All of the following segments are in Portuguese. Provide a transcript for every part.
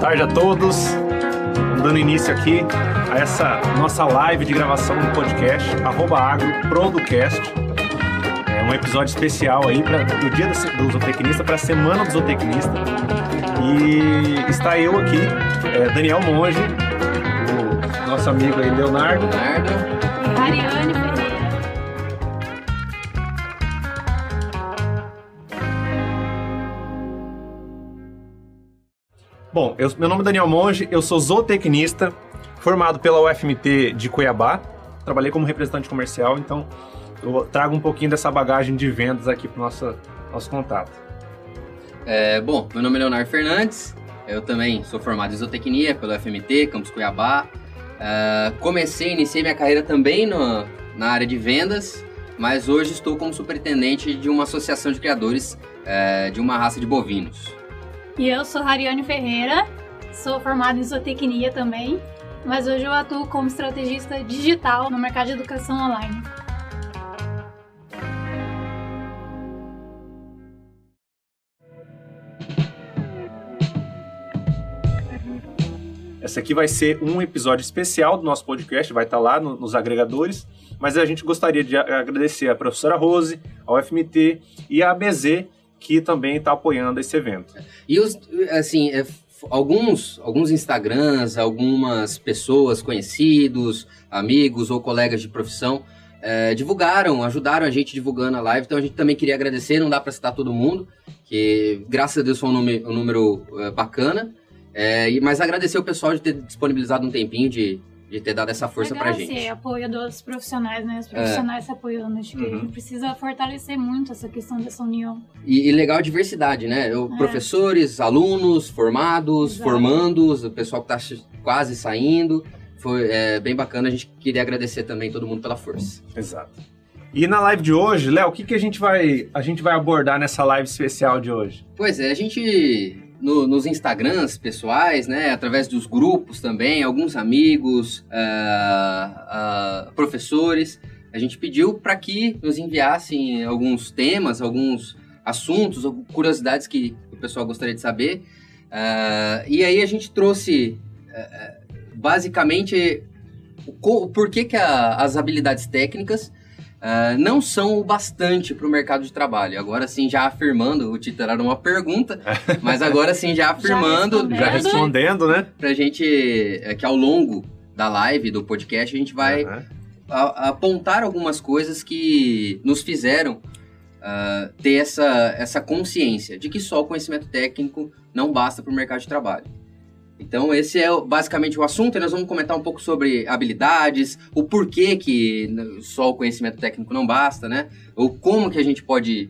tarde a todos. Dando início aqui a essa nossa live de gravação do podcast @agro_producast. É um episódio especial aí para o Dia do Zootecnista, para a Semana do Zootecnista. E está eu aqui, Daniel Monge, o nosso amigo aí, Leonardo. Ariane Ferreira. Bom, meu nome é Daniel Monge, eu sou zootecnista, formado pela UFMT de Cuiabá. Trabalhei como representante comercial, então eu trago um pouquinho dessa bagagem de vendas aqui para o nosso contato. Bom, meu nome é Leonardo Fernandes, eu também sou formado em zootecnia pela UFMT, Campus Cuiabá. Iniciei minha carreira também na área de vendas, mas hoje estou como superintendente de uma associação de criadores de uma raça de bovinos. E eu sou Ariane Ferreira, sou formada em zootecnia também, mas hoje eu atuo como estrategista digital no mercado de educação online. Esse aqui vai ser um episódio especial do nosso podcast, vai estar lá nos agregadores, mas a gente gostaria de agradecer a professora Rose, a UFMT e a ABZ, que também está apoiando esse evento. E alguns Instagrams, algumas pessoas conhecidos, amigos ou colegas de profissão ajudaram a gente divulgando a live, então a gente também queria agradecer, não dá para citar todo mundo, que graças a Deus foi um número bacana, mas agradecer o pessoal de ter disponibilizado um tempinho de ter dado essa força pra gente. Agradecer apoio dos profissionais, né? Os profissionais se apoiando. Acho que a gente precisa fortalecer muito essa questão dessa união. E legal a diversidade, né? Professores, alunos, formados, Exato. Formandos, o pessoal que tá quase saindo. Foi bem bacana, a gente queria agradecer também todo mundo pela força. Exato. E na live de hoje, Léo, o que a gente vai abordar nessa live especial de hoje? Pois é, a gente... Nos Instagrams pessoais, né, através dos grupos também, alguns amigos, professores, a gente pediu para que nos enviassem alguns temas, alguns assuntos, curiosidades que o pessoal gostaria de saber. E aí a gente trouxe, basicamente, por que as habilidades técnicas não são o bastante para o mercado de trabalho. Agora sim, já afirmando, o título era uma pergunta, mas agora sim, já afirmando, já respondendo, né? Pra gente, que ao longo da live, do podcast, a gente vai apontar algumas coisas que nos fizeram ter essa consciência de que só o conhecimento técnico não basta para o mercado de trabalho. Então esse é basicamente o assunto, e nós vamos comentar um pouco sobre habilidades, o porquê que só o conhecimento técnico não basta, né? Ou como que a gente pode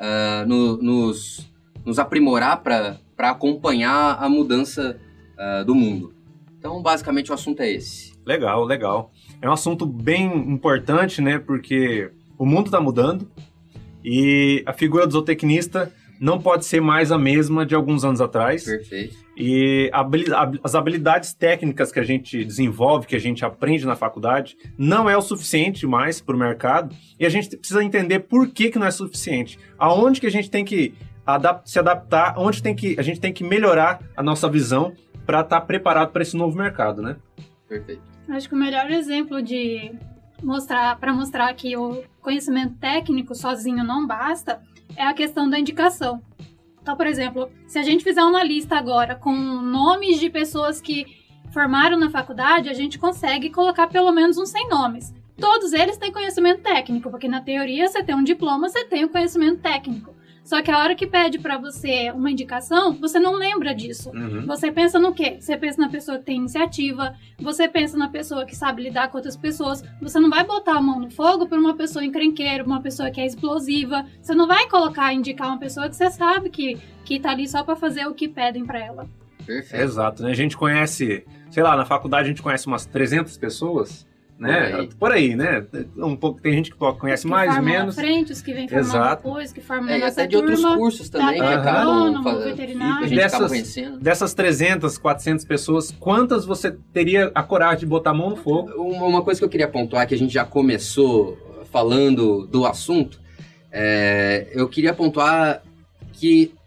nos aprimorar para acompanhar a mudança do mundo. Então basicamente o assunto é esse. Legal, legal. É um assunto bem importante, né? Porque o mundo está mudando e a figura do zootecnista não pode ser mais a mesma de alguns anos atrás. Perfeito. E as habilidades técnicas que a gente desenvolve, que a gente aprende na faculdade, não é o suficiente mais para o mercado. E a gente precisa entender por que não é suficiente. Aonde que a gente tem que se adaptar, onde a gente tem que melhorar a nossa visão para estar preparado para esse novo mercado, né? Perfeito. Acho que o melhor exemplo para mostrar que o conhecimento técnico sozinho não basta é a questão da indicação. Então, por exemplo, se a gente fizer uma lista agora com nomes de pessoas que formaram na faculdade, a gente consegue colocar pelo menos uns 100 nomes. Todos eles têm conhecimento técnico, porque na teoria você tem um diploma, você tem o conhecimento técnico. Só que a hora que pede para você uma indicação, você não lembra disso. Você pensa no quê? Você pensa na pessoa que tem iniciativa, você pensa na pessoa que sabe lidar com outras pessoas. Você não vai botar a mão no fogo por uma pessoa encrenqueira, uma pessoa que é explosiva. Você não vai indicar uma pessoa que você sabe que tá ali só para fazer o que pedem para ela. Perfeito. Exato, né? A gente conhece, sei lá, na faculdade a gente conhece umas 300 pessoas, né? Por aí, né? Um pouco, tem gente que conhece mais ou menos. Os que formam na frente, os que vêm formando depois, que formam na nossa até de outros cursos também, que acabam veterinário. a gente acaba conhecendo. Dessas 300, 400 pessoas, quantas você teria a coragem de botar a mão no fogo? Uma coisa que eu queria pontuar, que a gente já começou falando do assunto, eu queria pontuar que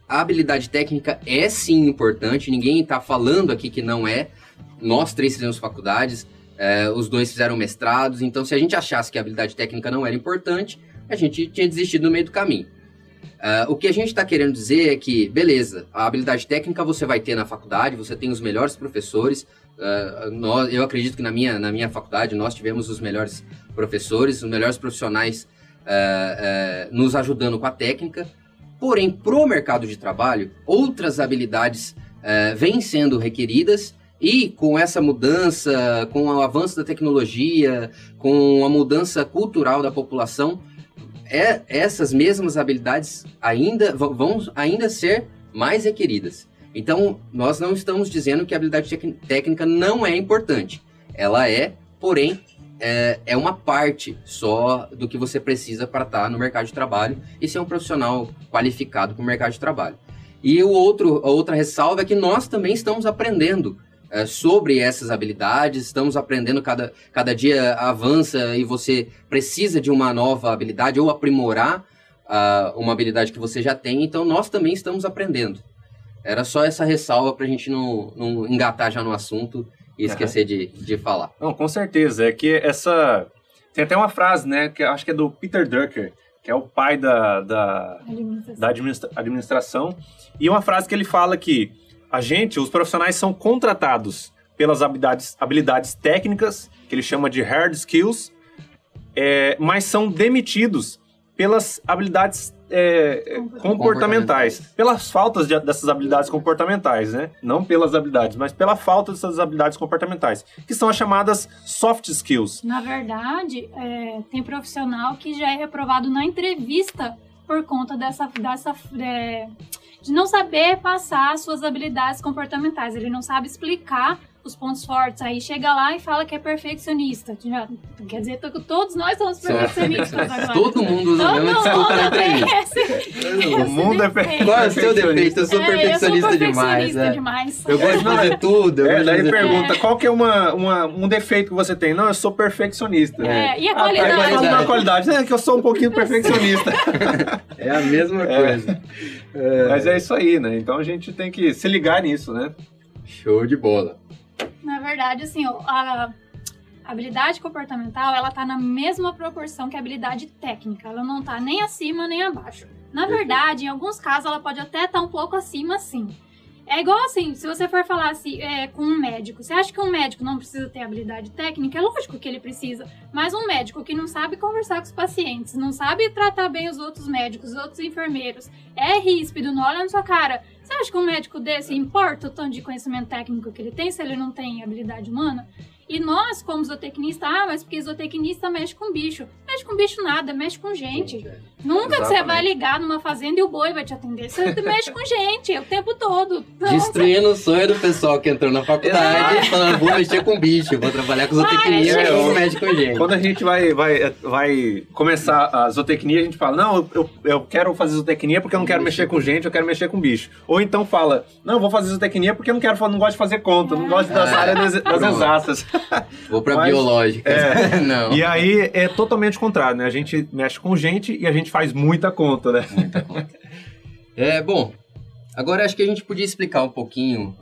a habilidade técnica é sim importante, ninguém está falando aqui que não é. Nós 3 fizemos faculdades, os 2 fizeram mestrados, então se a gente achasse que a habilidade técnica não era importante, a gente tinha desistido no meio do caminho. O que a gente está querendo dizer é que, beleza, a habilidade técnica você vai ter na faculdade, você tem os melhores professores, eu acredito que na minha faculdade nós tivemos os melhores professores, os melhores profissionais nos ajudando com a técnica. Porém, pro mercado de trabalho, outras habilidades vêm sendo requeridas e com essa mudança, com o avanço da tecnologia, com a mudança cultural da população, essas mesmas habilidades vão ainda ser mais requeridas. Então, nós não estamos dizendo que a habilidade técnica não é importante. Ela porém, é uma parte só do que você precisa para estar no mercado de trabalho e ser um profissional qualificado para o mercado de trabalho. E a outra ressalva é que nós também estamos aprendendo sobre essas habilidades, estamos aprendendo, cada dia avança e você precisa de uma nova habilidade ou aprimorar uma habilidade que você já tem, então nós também estamos aprendendo. Era só essa ressalva para a gente não engatar já no assunto e esquecer de falar. Não, com certeza. É que tem até uma frase, né, que eu acho que é do Peter Drucker, que é o pai da administração. E uma frase que ele fala que os profissionais são contratados pelas habilidades técnicas, que ele chama de hard skills, mas são demitidos pelas habilidades comportamentais, pelas faltas dessas habilidades comportamentais, né? Não pelas habilidades, mas pela falta dessas habilidades comportamentais, que são as chamadas soft skills. Na verdade, tem profissional que já é reprovado na entrevista por conta de não saber passar suas habilidades comportamentais. Ele não sabe explicar os pontos fortes. Aí chega lá e fala que é perfeccionista. Quer dizer que todos nós somos perfeccionistas agora. Todo mundo usa a mesma desculpa na entrevista. O mundo é perfeito. Qual é o seu defeito? Eu sou perfeccionista demais. Eu gosto de fazer tudo. Daí pergunta, qual que é um defeito que você tem? Não, eu sou perfeccionista. E a qualidade? A qualidade é que eu sou um pouquinho perfeccionista. É a mesma coisa. Mas é isso aí, né? Então a gente tem que se ligar nisso, né? Show de bola. Na verdade, assim, a habilidade comportamental, ela tá na mesma proporção que a habilidade técnica. Ela não tá nem acima, nem abaixo. Na verdade, em alguns casos, ela pode até estar um pouco acima, sim. É igual assim, se você for falar assim, com um médico, você acha que um médico não precisa ter habilidade técnica? É lógico que ele precisa, mas um médico que não sabe conversar com os pacientes, não sabe tratar bem os outros médicos, os outros enfermeiros, é ríspido, não olha na sua cara. Você acha que um médico desse importa o tanto de conhecimento técnico que ele tem se ele não tem habilidade humana? E nós, como zootecnista, mas porque zootecnista mexe com bicho. Mexe com bicho nada, mexe com gente. Nunca que você vai ligar numa fazenda e o boi vai te atender. Você mexe com gente o tempo todo. Então, destruindo o sonho do pessoal que entrou na faculdade, falando, vou mexer com bicho, vou trabalhar com zootecnia, eu mexo com gente. Quando a gente vai começar a zootecnia, a gente fala, não, eu quero fazer zootecnia porque eu não quero mexer com gente, eu quero mexer com bicho. Ou então fala, não, eu vou fazer zootecnia porque eu não gosto de fazer conta, não gosto dessa área das exatas. Vou pra biológica. Não. E aí é totalmente o contrário, né? A gente mexe com gente e a gente faz muita conta, né? Muita conta. Bom, agora acho que a gente podia explicar um pouquinho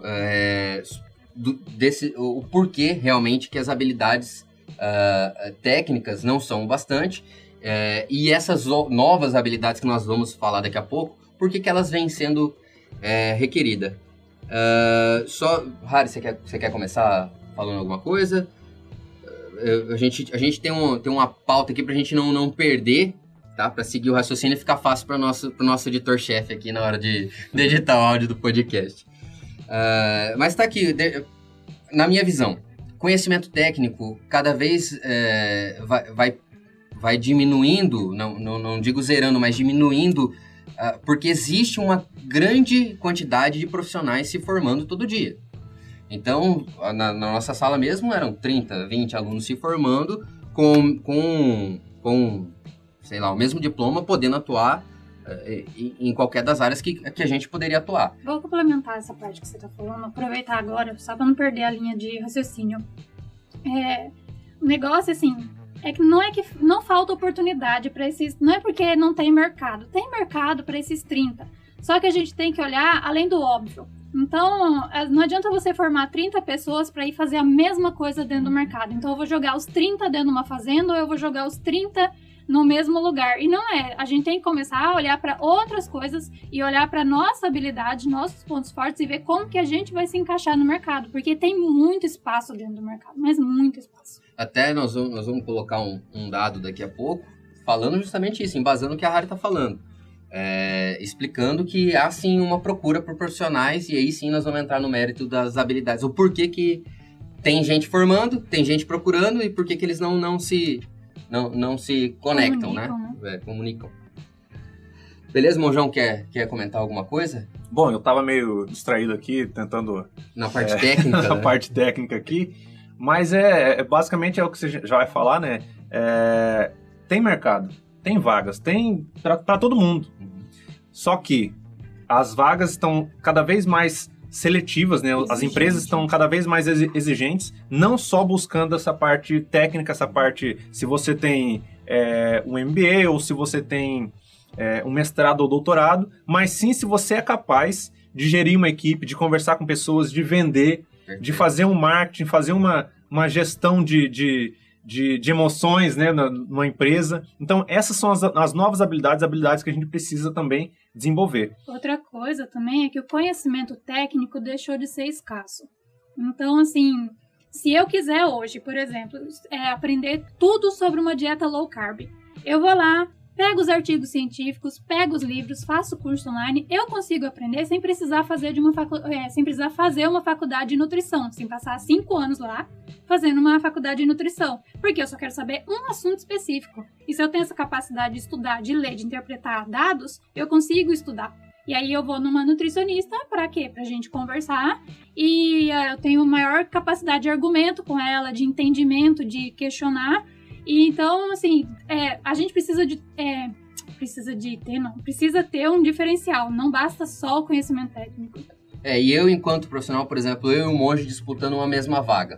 o porquê realmente que as habilidades técnicas não são bastante e essas novas habilidades que nós vamos falar daqui a pouco, por que elas vêm sendo requeridas. Harry, você quer começar falando alguma coisa? A gente tem uma pauta aqui pra gente não perder, tá? Pra seguir o raciocínio e ficar fácil pro nosso editor-chefe aqui na hora de editar o áudio do podcast. Mas tá aqui, na minha visão, conhecimento técnico cada vez vai diminuindo, não digo zerando, mas diminuindo, porque existe uma grande quantidade de profissionais se formando todo dia. Então, na nossa sala mesmo, eram 30, 20 alunos se formando com sei lá, o mesmo diploma, podendo atuar em qualquer das áreas que a gente poderia atuar. Vou complementar essa parte que você está falando, aproveitar agora, só para não perder a linha de raciocínio. O negócio, assim, é que não falta oportunidade para esses... Não é porque não tem mercado para esses 30. Só que a gente tem que olhar além do óbvio. Então, não adianta você formar 30 pessoas para ir fazer a mesma coisa dentro do mercado. Então, eu vou jogar os 30 dentro de uma fazenda ou eu vou jogar os 30 no mesmo lugar. E não é. A gente tem que começar a olhar para outras coisas e olhar para nossa habilidade, nossos pontos fortes e ver como que a gente vai se encaixar no mercado. Porque tem muito espaço dentro do mercado, mas muito espaço. Até nós vamos colocar um dado daqui a pouco, falando justamente isso, embasando o que a Harry está falando. Explicando que há sim uma procura por profissionais e aí sim nós vamos entrar no mérito das habilidades. O porquê que tem gente formando, tem gente procurando e por que eles não se conectam, né? Comunicam. Beleza, Monjão, quer comentar alguma coisa? Bom, eu tava meio distraído aqui, tentando... Na parte técnica, na né? parte técnica aqui, mas basicamente é o que você já vai falar, né? Tem mercado, tem vagas, tem para todo mundo. Só que as vagas estão cada vez mais seletivas, né? As empresas estão cada vez mais exigentes, não só buscando essa parte técnica, essa parte se você tem um MBA ou se você tem um mestrado ou doutorado, mas sim se você é capaz de gerir uma equipe, de conversar com pessoas, de vender, de fazer um marketing, fazer uma gestão de emoções, né, numa empresa. Então, essas são as novas habilidades que a gente precisa também desenvolver. Outra coisa também é que o conhecimento técnico deixou de ser escasso. Então, assim, se eu quiser hoje, por exemplo, aprender tudo sobre uma dieta low carb, eu vou lá, pego os artigos científicos, pego os livros, faço curso online, eu consigo aprender sem precisar fazer uma faculdade de nutrição, sem passar 5 anos lá fazendo uma faculdade de nutrição, porque eu só quero saber um assunto específico. E se eu tenho essa capacidade de estudar, de ler, de interpretar dados, eu consigo estudar. E aí eu vou numa nutricionista, para quê? Pra gente conversar, e eu tenho maior capacidade de argumento com ela, de entendimento, de questionar. E então, assim, a gente precisa ter um diferencial, não basta só o conhecimento técnico. E eu, enquanto profissional, por exemplo, eu e o Monge disputando uma mesma vaga.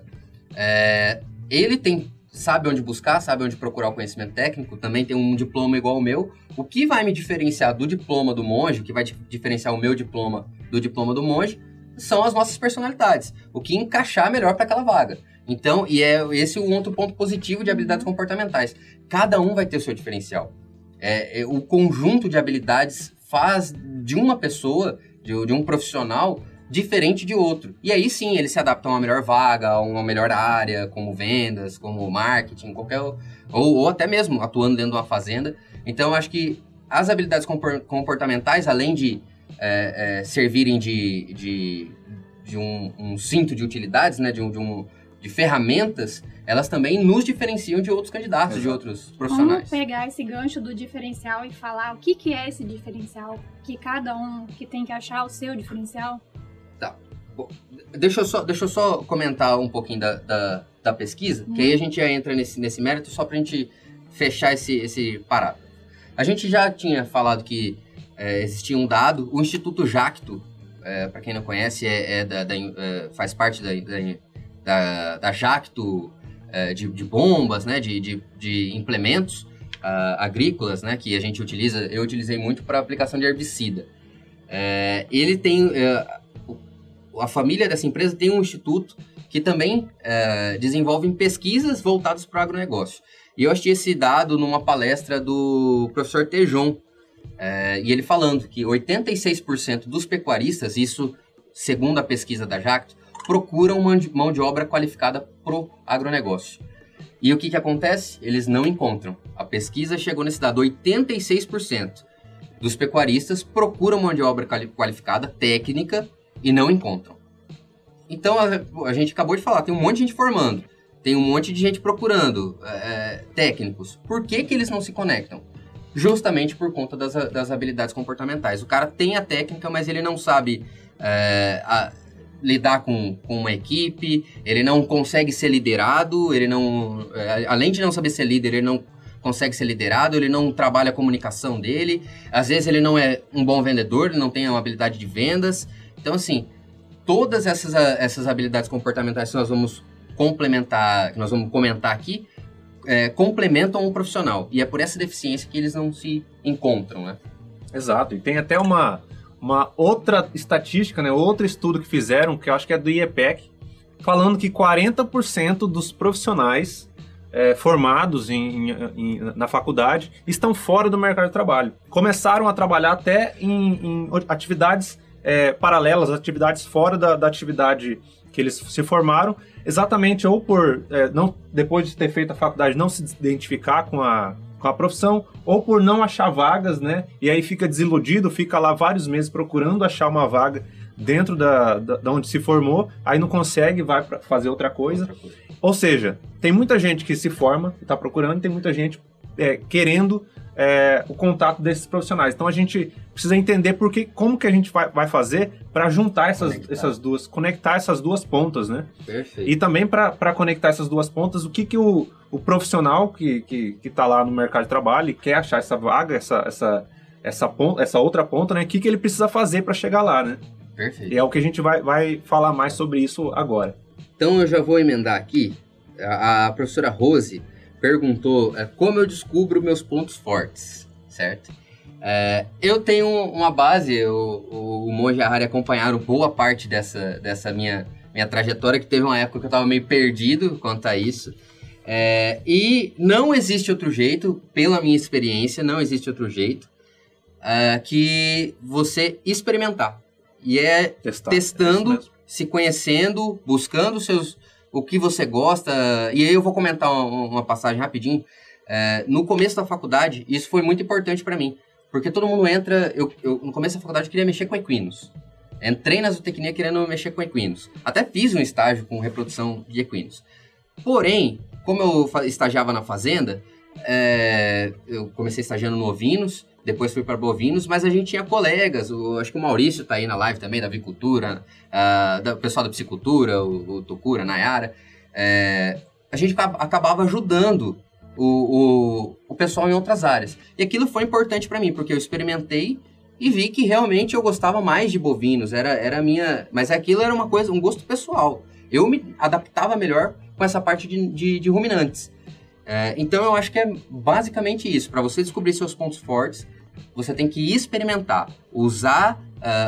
Ele sabe onde buscar, sabe onde procurar o conhecimento técnico, também tem um diploma igual ao meu. O que vai me diferenciar do diploma do Monge, o que vai diferenciar o meu diploma do diploma do Monge, são as nossas personalidades. O que encaixar melhor para aquela vaga. Então, esse é um outro ponto positivo de habilidades comportamentais. Cada um vai ter o seu diferencial. O conjunto de habilidades faz de uma pessoa, de um profissional, diferente de outro. E aí sim, eles se adaptam a uma melhor vaga, a uma melhor área, como vendas, como marketing, ou até mesmo atuando dentro de uma fazenda. Então, eu acho que as habilidades comportamentais, além de servirem de um cinto de utilidades, né, de ferramentas, elas também nos diferenciam de outros candidatos, de outros profissionais. Vamos pegar esse gancho do diferencial e falar o que é esse diferencial, que cada um que tem que achar o seu diferencial? Tá. Bom, deixa eu só comentar um pouquinho da pesquisa, que aí a gente já entra nesse mérito só pra gente fechar esse parágrafo. A gente já tinha falado que existia um dado, o Instituto Jacto, para quem não conhece, faz parte da Jacto, de bombas, né, de implementos agrícolas, né, que a gente utiliza. Eu utilizei muito para aplicação de herbicida. Ele tem... a família dessa empresa tem um instituto que também desenvolve pesquisas voltadas para o agronegócio. E eu achei esse dado numa palestra do professor Tejon, e ele falando que 86% dos pecuaristas, isso segundo a pesquisa da Jacto, procuram mão de obra qualificada pro agronegócio. E o que acontece? Eles não encontram. A pesquisa chegou nesse dado, 86% dos pecuaristas procuram mão de obra qualificada, técnica, e não encontram. Então, a gente acabou de falar, tem um monte de gente formando, tem um monte de gente procurando técnicos. Por que eles não se conectam? Justamente por conta das habilidades comportamentais. O cara tem a técnica, mas ele não sabe lidar com uma equipe, ele não consegue ser liderado, além de não saber ser líder, ele não consegue ser liderado, ele não trabalha a comunicação dele, às vezes ele não é um bom vendedor, ele não tem uma habilidade de vendas. Então, assim, todas essas habilidades comportamentais que nós vamos complementar, que nós vamos comentar aqui, complementam o profissional. E é por essa deficiência que eles não se encontram, né? Exato. E tem até uma uma outra estatística, né, outro estudo que fizeram, que eu acho que é do IEPEC, falando que 40% dos profissionais formados na faculdade estão fora do mercado de trabalho. Começaram a trabalhar até em atividades paralelas, atividades fora da atividade que eles se formaram, exatamente ou por, depois de ter feito a faculdade, não se identificar com a profissão, ou por não achar vagas, né? E aí fica desiludido, fica lá vários meses procurando achar uma vaga dentro da onde se formou, aí não consegue, vai para fazer outra coisa. Ou seja, tem muita gente que se forma, está procurando, e tem muita gente querendo o contato desses profissionais. Então a gente precisa entender como que a gente vai fazer para juntar conectar essas duas pontas, né? Perfeito. E também para conectar essas duas pontas, o que o profissional que está lá no mercado de trabalho e quer achar essa vaga, essa outra ponta, né? O que ele precisa fazer para chegar lá, né? Perfeito. E é o que a gente vai falar mais sobre isso agora. Então eu já vou emendar aqui. A professora Rose perguntou como eu descubro meus pontos fortes, certo? Eu tenho uma base, o Monge e a Hari acompanharam boa parte dessa minha trajetória, que teve uma época que eu estava meio perdido quanto a isso. E não existe outro jeito, pela minha experiência, não existe outro jeito que você experimentar. E testando, se conhecendo, buscando o que você gosta. E aí eu vou comentar uma passagem rapidinho. No começo da faculdade, isso foi muito importante para mim. Porque todo mundo entra... Eu, no começo da faculdade, eu queria mexer com equinos. Entrei na zootecnia querendo mexer com equinos. Até fiz um estágio com reprodução de equinos. Porém, como eu estagiava na fazenda, eu comecei estagiando no ovinos, depois fui para bovinos, mas a gente tinha colegas, acho que o Maurício tá aí na live também, da avicultura, o pessoal da piscicultura, o Tocura, a Nayara. A gente acabava ajudando o pessoal em outras áreas. E aquilo foi importante para mim, porque eu experimentei e vi que realmente eu gostava mais de bovinos, era a minha... Mas aquilo era uma coisa, um gosto pessoal. Eu me adaptava melhor com essa parte de ruminantes. Então eu acho que é basicamente isso. Para você descobrir seus pontos fortes, você tem que experimentar, usar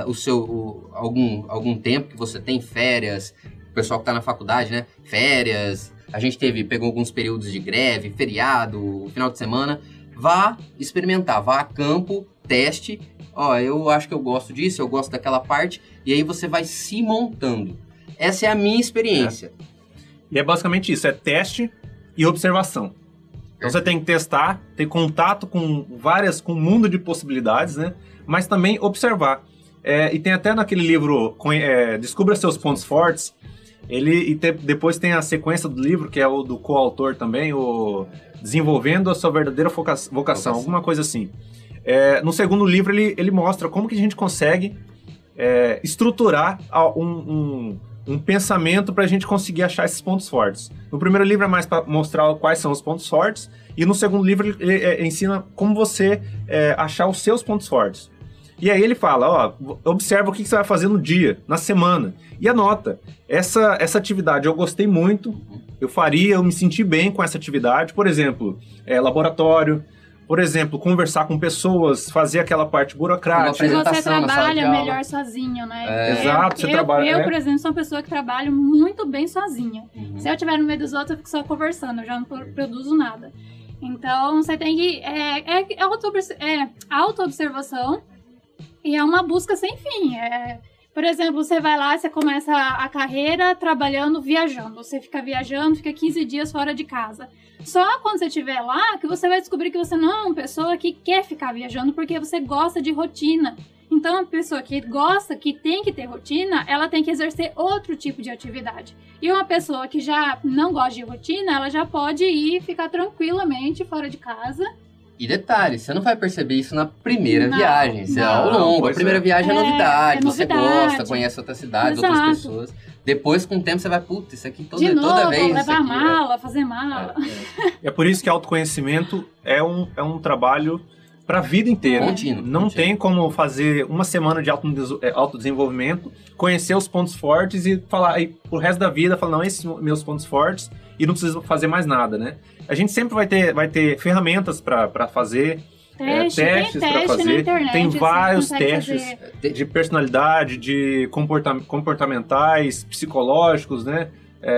algum tempo que você tem, férias, o pessoal que está na faculdade, né? Férias, a gente pegou alguns períodos de greve, feriado, final de semana. Vá experimentar, vá a campo, teste. Eu acho que eu gosto disso, eu gosto daquela parte, e aí você vai se montando. Essa é a minha experiência. E é basicamente isso, é teste e observação. Então você tem que testar, ter contato com um mundo de possibilidades, né? Mas também observar. E tem até naquele livro Descubra Seus Pontos Fortes, depois tem a sequência do livro, que é o do coautor também, o Desenvolvendo a Sua Verdadeira Vocação, alguma coisa assim. No segundo livro ele mostra como que a gente consegue estruturar um pensamento para a gente conseguir achar esses pontos fortes. No primeiro livro é mais para mostrar quais são os pontos fortes, e no segundo livro ele ensina como você achar os seus pontos fortes. E aí ele fala, observa o que você vai fazer no dia, na semana, e anota. Essa atividade eu gostei muito, eu me senti bem com essa atividade, por exemplo, laboratório, por exemplo, conversar com pessoas, fazer aquela parte burocrática. Você trabalha melhor sozinho, né? Exato, você trabalha... Eu, por exemplo, sou uma pessoa que trabalho muito bem sozinha. Se eu estiver no meio dos outros, eu fico só conversando, eu já não produzo nada. Então, você tem que... auto-observação e é uma busca sem fim. Por exemplo, você vai lá, você começa a carreira trabalhando, viajando. Você fica viajando, fica 15 dias fora de casa. Só quando você estiver lá que você vai descobrir que você não é uma pessoa que quer ficar viajando porque você gosta de rotina. Então, a pessoa que gosta, que tem que ter rotina, ela tem que exercer outro tipo de atividade. E uma pessoa que já não gosta de rotina, ela já pode ir ficar tranquilamente fora de casa. E detalhe, você não vai perceber isso na primeira viagem. Você ao longo, a primeira viagem é novidade, você gosta, conhece outra cidade, outras pessoas. Depois, com o tempo, você vai, isso aqui toda vez. Levar mala, fazer mala. É por isso que autoconhecimento é um trabalho para a vida inteira. Contínuo. Não tem como fazer uma semana de autodesenvolvimento, conhecer os pontos fortes e falar, e pro resto da vida, falar, não, esses são meus pontos fortes, e não preciso fazer mais nada, né? A gente sempre vai ter ferramentas para fazer, testes para fazer. Internet, tem vários assim, testes de personalidade, de comportamentais, psicológicos, né?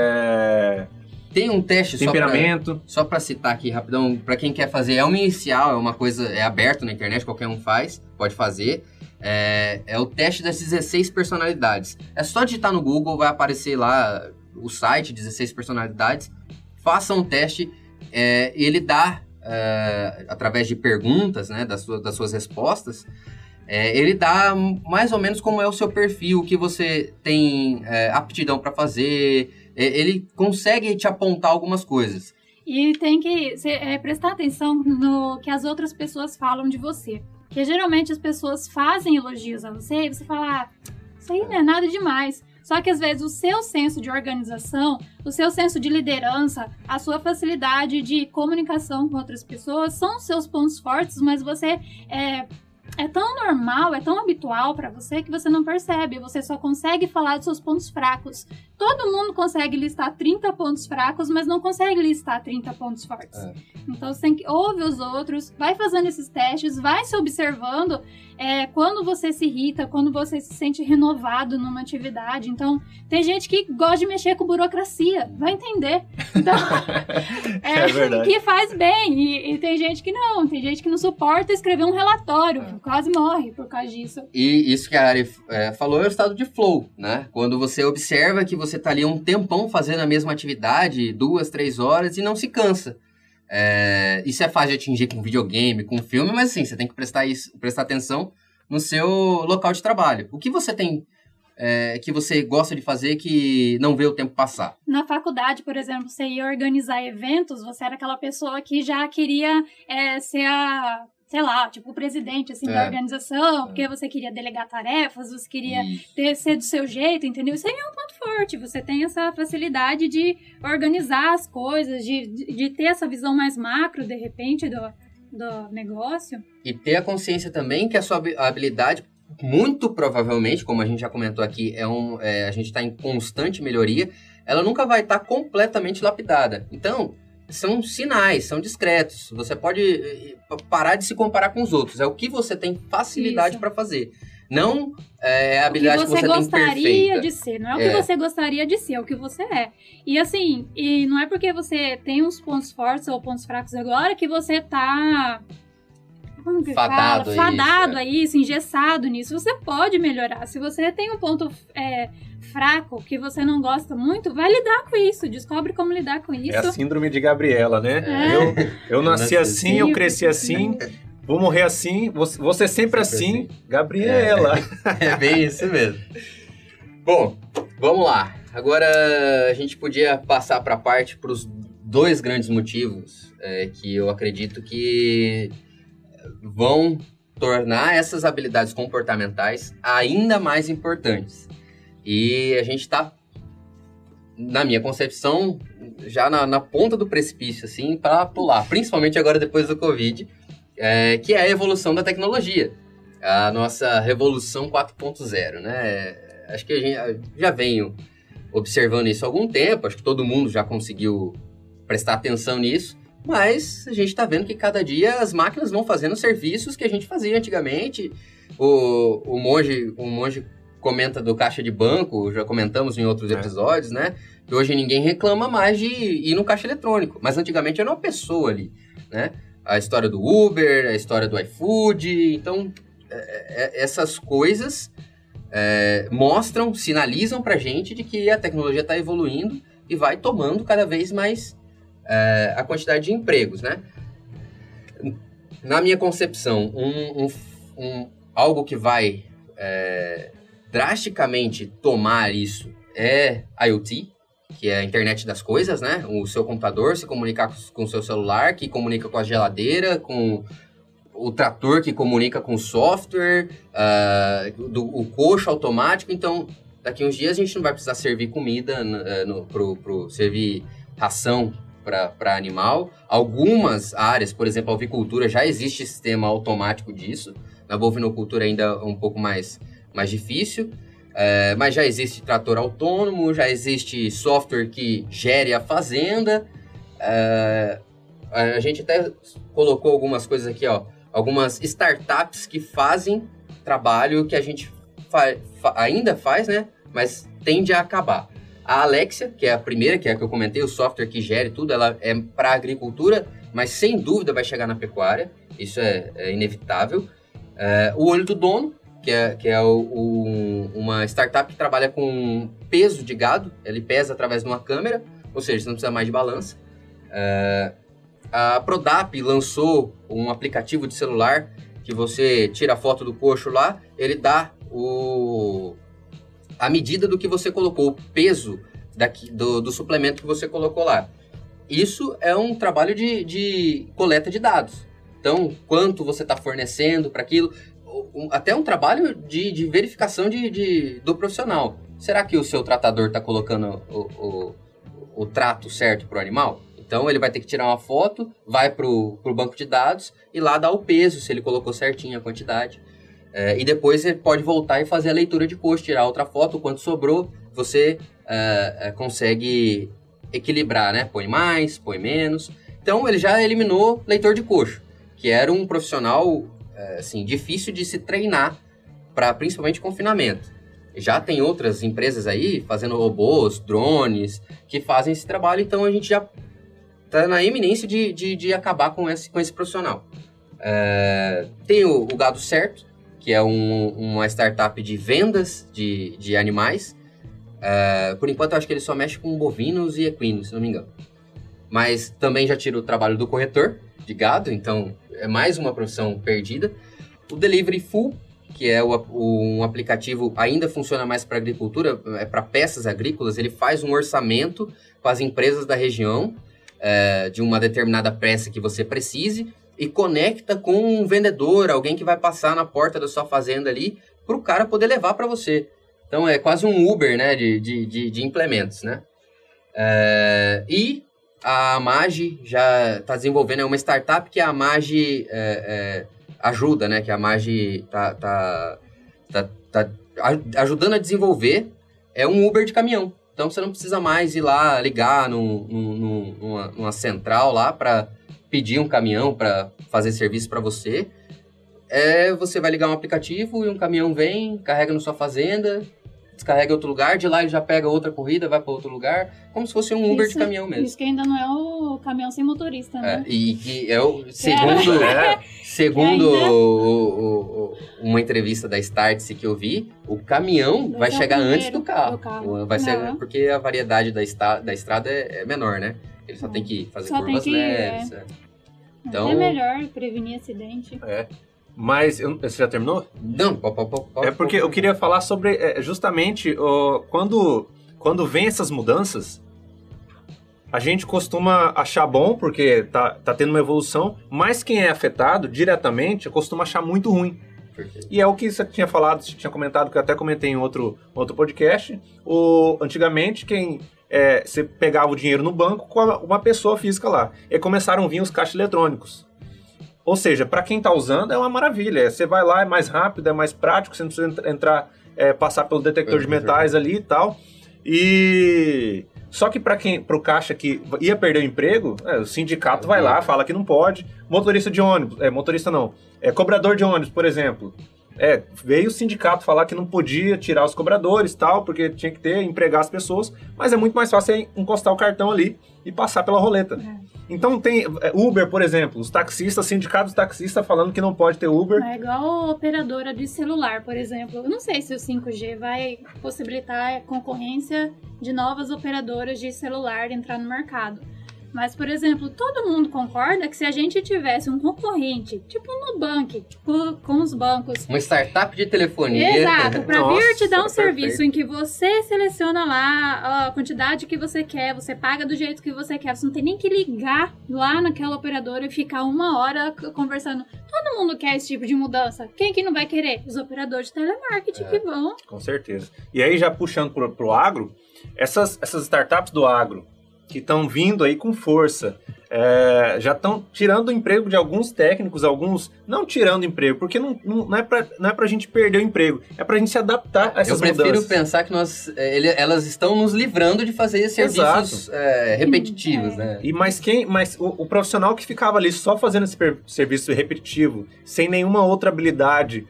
Tem um teste temperamento. Só para citar aqui rapidão, para quem quer fazer, é uma inicial, é uma coisa, é aberto na internet, qualquer um pode fazer. É o teste das 16 personalidades. É só digitar no Google, vai aparecer lá o site 16 personalidades. Faça um teste, ele dá, através de perguntas, né, das suas respostas, ele dá mais ou menos como é o seu perfil, o que você tem aptidão para fazer. Ele consegue te apontar algumas coisas. E tem que prestar atenção no que as outras pessoas falam de você. Porque geralmente as pessoas fazem elogios a você e você fala, isso aí não é nada demais. Só que às vezes o seu senso de organização, o seu senso de liderança, a sua facilidade de comunicação com outras pessoas são os seus pontos fortes, mas você é tão normal, é tão habitual para você que você não percebe. Você só consegue falar dos seus pontos fracos. Todo mundo consegue listar 30 pontos fracos, mas não consegue listar 30 pontos fortes. Então você tem que ouvir os outros, vai fazendo esses testes, vai se observando quando você se irrita, quando você se sente renovado numa atividade. Então, tem gente que gosta de mexer com burocracia, vai entender. Então, que faz bem. E tem gente que não. Tem gente que não suporta escrever um relatório, que quase morre por causa disso. E isso que a Ari falou é o estado de flow, né? Quando você observa que você tá ali um tempão fazendo a mesma atividade, 2, 3 horas, e não se cansa. Isso é fácil de atingir com videogame, com filme, mas assim, você tem que prestar atenção no seu local de trabalho. O que você tem que você gosta de fazer que não vê o tempo passar? Na faculdade, por exemplo, você ia organizar eventos, você era aquela pessoa que já queria ser o presidente, assim, da organização, porque você queria delegar tarefas, você queria ser do seu jeito, entendeu? Isso aí é um ponto forte, você tem essa facilidade de organizar as coisas, de ter essa visão mais macro, de repente, do negócio. E ter a consciência também que a sua habilidade, muito provavelmente, como a gente já comentou aqui, a gente está em constante melhoria, ela nunca vai estar completamente lapidada. Então, são sinais, são discretos. Você pode parar de se comparar com os outros. É o que você tem facilidade para fazer. Não a habilidade que você tem perfeita. O que você gostaria de ser. Não é o que você gostaria de ser, é o que você é. E assim, não é porque você tem uns pontos fortes ou pontos fracos agora que você tá... Fadado a isso, engessado nisso. Você pode melhorar. Se você tem um ponto fraco que você não gosta muito, vai lidar com isso. Descobre como lidar com isso. É a síndrome de Gabriela, né? Eu nasci assim, eu cresci assim, vou morrer assim, vou ser sempre assim. Gabriela. É bem isso mesmo. Bom, vamos lá. Agora a gente podia passar para os 2 grandes motivos que eu acredito que vão tornar essas habilidades comportamentais ainda mais importantes. E a gente está, na minha concepção, já na ponta do precipício, assim, para pular. Principalmente agora depois do Covid, que é a evolução da tecnologia. A nossa revolução 4.0, né? Acho que a gente já venho observando isso há algum tempo. Acho que todo mundo já conseguiu prestar atenção nisso. Mas a gente está vendo que cada dia as máquinas vão fazendo serviços que a gente fazia antigamente. O monge comenta do caixa de banco, já comentamos em outros episódios, né? Que hoje ninguém reclama mais de ir no caixa eletrônico. Mas antigamente era uma pessoa ali, né? A história do Uber, a história do iFood. Então, essas coisas sinalizam pra gente de que a tecnologia está evoluindo e vai tomando cada vez mais a quantidade de empregos, né? Na minha concepção, algo que vai drasticamente tomar isso é IoT, que é a internet das coisas, né? O seu computador se comunicar com o seu celular, que comunica com a geladeira, com o trator que comunica com o software, o coxo automático. Então, daqui uns dias a gente não vai precisar servir comida, servir ração para animal. Algumas áreas, por exemplo, a avicultura, já existe sistema automático disso. Na bovinocultura ainda é um pouco mais difícil, mas já existe trator autônomo, já existe software que gere a fazenda. A gente até colocou algumas coisas aqui, ó. algumas startups que fazem trabalho que a gente ainda faz, né? Mas tende a acabar. A Alexia, que é a primeira, que é a que eu comentei, o software que gere tudo, ela é para agricultura, mas sem dúvida vai chegar na pecuária. Isso é inevitável. O Olho do Dono, que é uma startup que trabalha com peso de gado. Ele pesa através de uma câmera, ou seja, você não precisa mais de balança. A Prodap lançou um aplicativo de celular que você tira a foto do coxo lá, ele dá a medida do que você colocou, o peso do suplemento que você colocou lá. Isso é um trabalho de coleta de dados. Então, quanto você está fornecendo para aquilo, até um trabalho de verificação do profissional. Será que o seu tratador está colocando o trato certo para o animal? Então, ele vai ter que tirar uma foto, vai para o banco de dados e lá dá o peso, se ele colocou certinho a quantidade. E depois ele pode voltar e fazer a leitura de coxo, tirar outra foto, o quanto sobrou, você consegue equilibrar, né? Põe mais, põe menos. Então, ele já eliminou leitor de coxo, que era um profissional assim, difícil de se treinar para principalmente confinamento. Já tem outras empresas aí fazendo robôs, drones, que fazem esse trabalho, então a gente já está na iminência de acabar com esse profissional. Tem o Gado Certo, que é uma startup de vendas de animais. Por enquanto, eu acho que ele só mexe com bovinos e equinos, se não me engano. Mas também já tira o trabalho do corretor de gado, então é mais uma profissão perdida. O Delivery Full, que é um aplicativo, ainda funciona mais para agricultura, é para peças agrícolas. Ele faz um orçamento com as empresas da região, de uma determinada peça que você precise, e conecta com um vendedor, alguém que vai passar na porta da sua fazenda ali, para o cara poder levar para você. Então, é quase um Uber, né, de implementos, né? E a Magi já está desenvolvendo uma startup que a Magi ajuda, né? Que a Magi tá ajudando a desenvolver. É um Uber de caminhão. Então, você não precisa mais ir lá ligar numa central lá para pedir um caminhão para fazer serviço para você. Você vai ligar um aplicativo e um caminhão vem, carrega na sua fazenda, descarrega em outro lugar, de lá ele já pega outra corrida, vai para outro lugar, como se fosse um Uber de caminhão mesmo. Isso que ainda não é o caminhão sem motorista, né? E que é o segundo uma entrevista da Startse que eu vi, o caminhão vai chegar antes do carro. Vai ser porque a variedade da estrada é menor, né? Ele só tem que fazer curvas leves. Então, é melhor prevenir acidente. Mas, você já terminou? Não, porque eu queria falar sobre, justamente, quando vem essas mudanças, a gente costuma achar bom, porque tá tendo uma evolução, mas quem é afetado diretamente costuma achar muito ruim. Perfeito. E é o que você tinha falado, você tinha comentado, que eu até comentei em outro podcast. Antigamente, você pegava o dinheiro no banco com uma pessoa física lá. E começaram a vir os caixas eletrônicos. Ou seja, para quem está usando é uma maravilha. Você vai lá, é mais rápido, é mais prático, você não precisa passar pelo detector de metais ali e tal. Só que para o caixa que ia perder o emprego, o sindicato vai lá, fala que não pode. Motorista de ônibus, cobrador de ônibus, por exemplo. Veio o sindicato falar que não podia tirar os cobradores e tal, porque tinha que empregar as pessoas, mas é muito mais fácil encostar o cartão ali e passar pela roleta. Então tem Uber, por exemplo, os taxistas, sindicatos taxistas falando que não pode ter Uber. É igual operadora de celular, por exemplo. Eu não sei se o 5G vai possibilitar a concorrência de novas operadoras de celular entrar no mercado. Mas, por exemplo, todo mundo concorda que se a gente tivesse um concorrente, tipo um Nubank, com os bancos... Uma startup de telefonia. Exato, para vir te dar um serviço em que você seleciona lá a quantidade que você quer, você paga do jeito que você quer, você não tem nem que ligar lá naquela operadora e ficar 1 hora conversando. Todo mundo quer esse tipo de mudança. Quem que não vai querer? Os operadores de telemarketing que vão. Com certeza. E aí, já puxando pro agro, essas startups do agro, que estão vindo aí com força. já estão tirando o emprego de alguns técnicos, alguns não tirando emprego, porque não é pra gente perder o emprego, é pra gente se adaptar a essas mudanças. Eu prefiro pensar que elas estão nos livrando de fazer esses serviços repetitivos, né? Mas o profissional que ficava ali só fazendo esse serviço repetitivo, sem nenhuma outra habilidade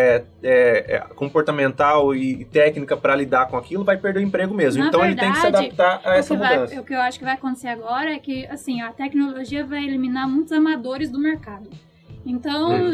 comportamental e técnica para lidar com aquilo, vai perder o emprego mesmo. Na então verdade, ele tem que se adaptar a essa mudança. O que eu acho que vai acontecer agora é que, assim, a tecnologia vai eliminar muitos amadores do mercado. Então,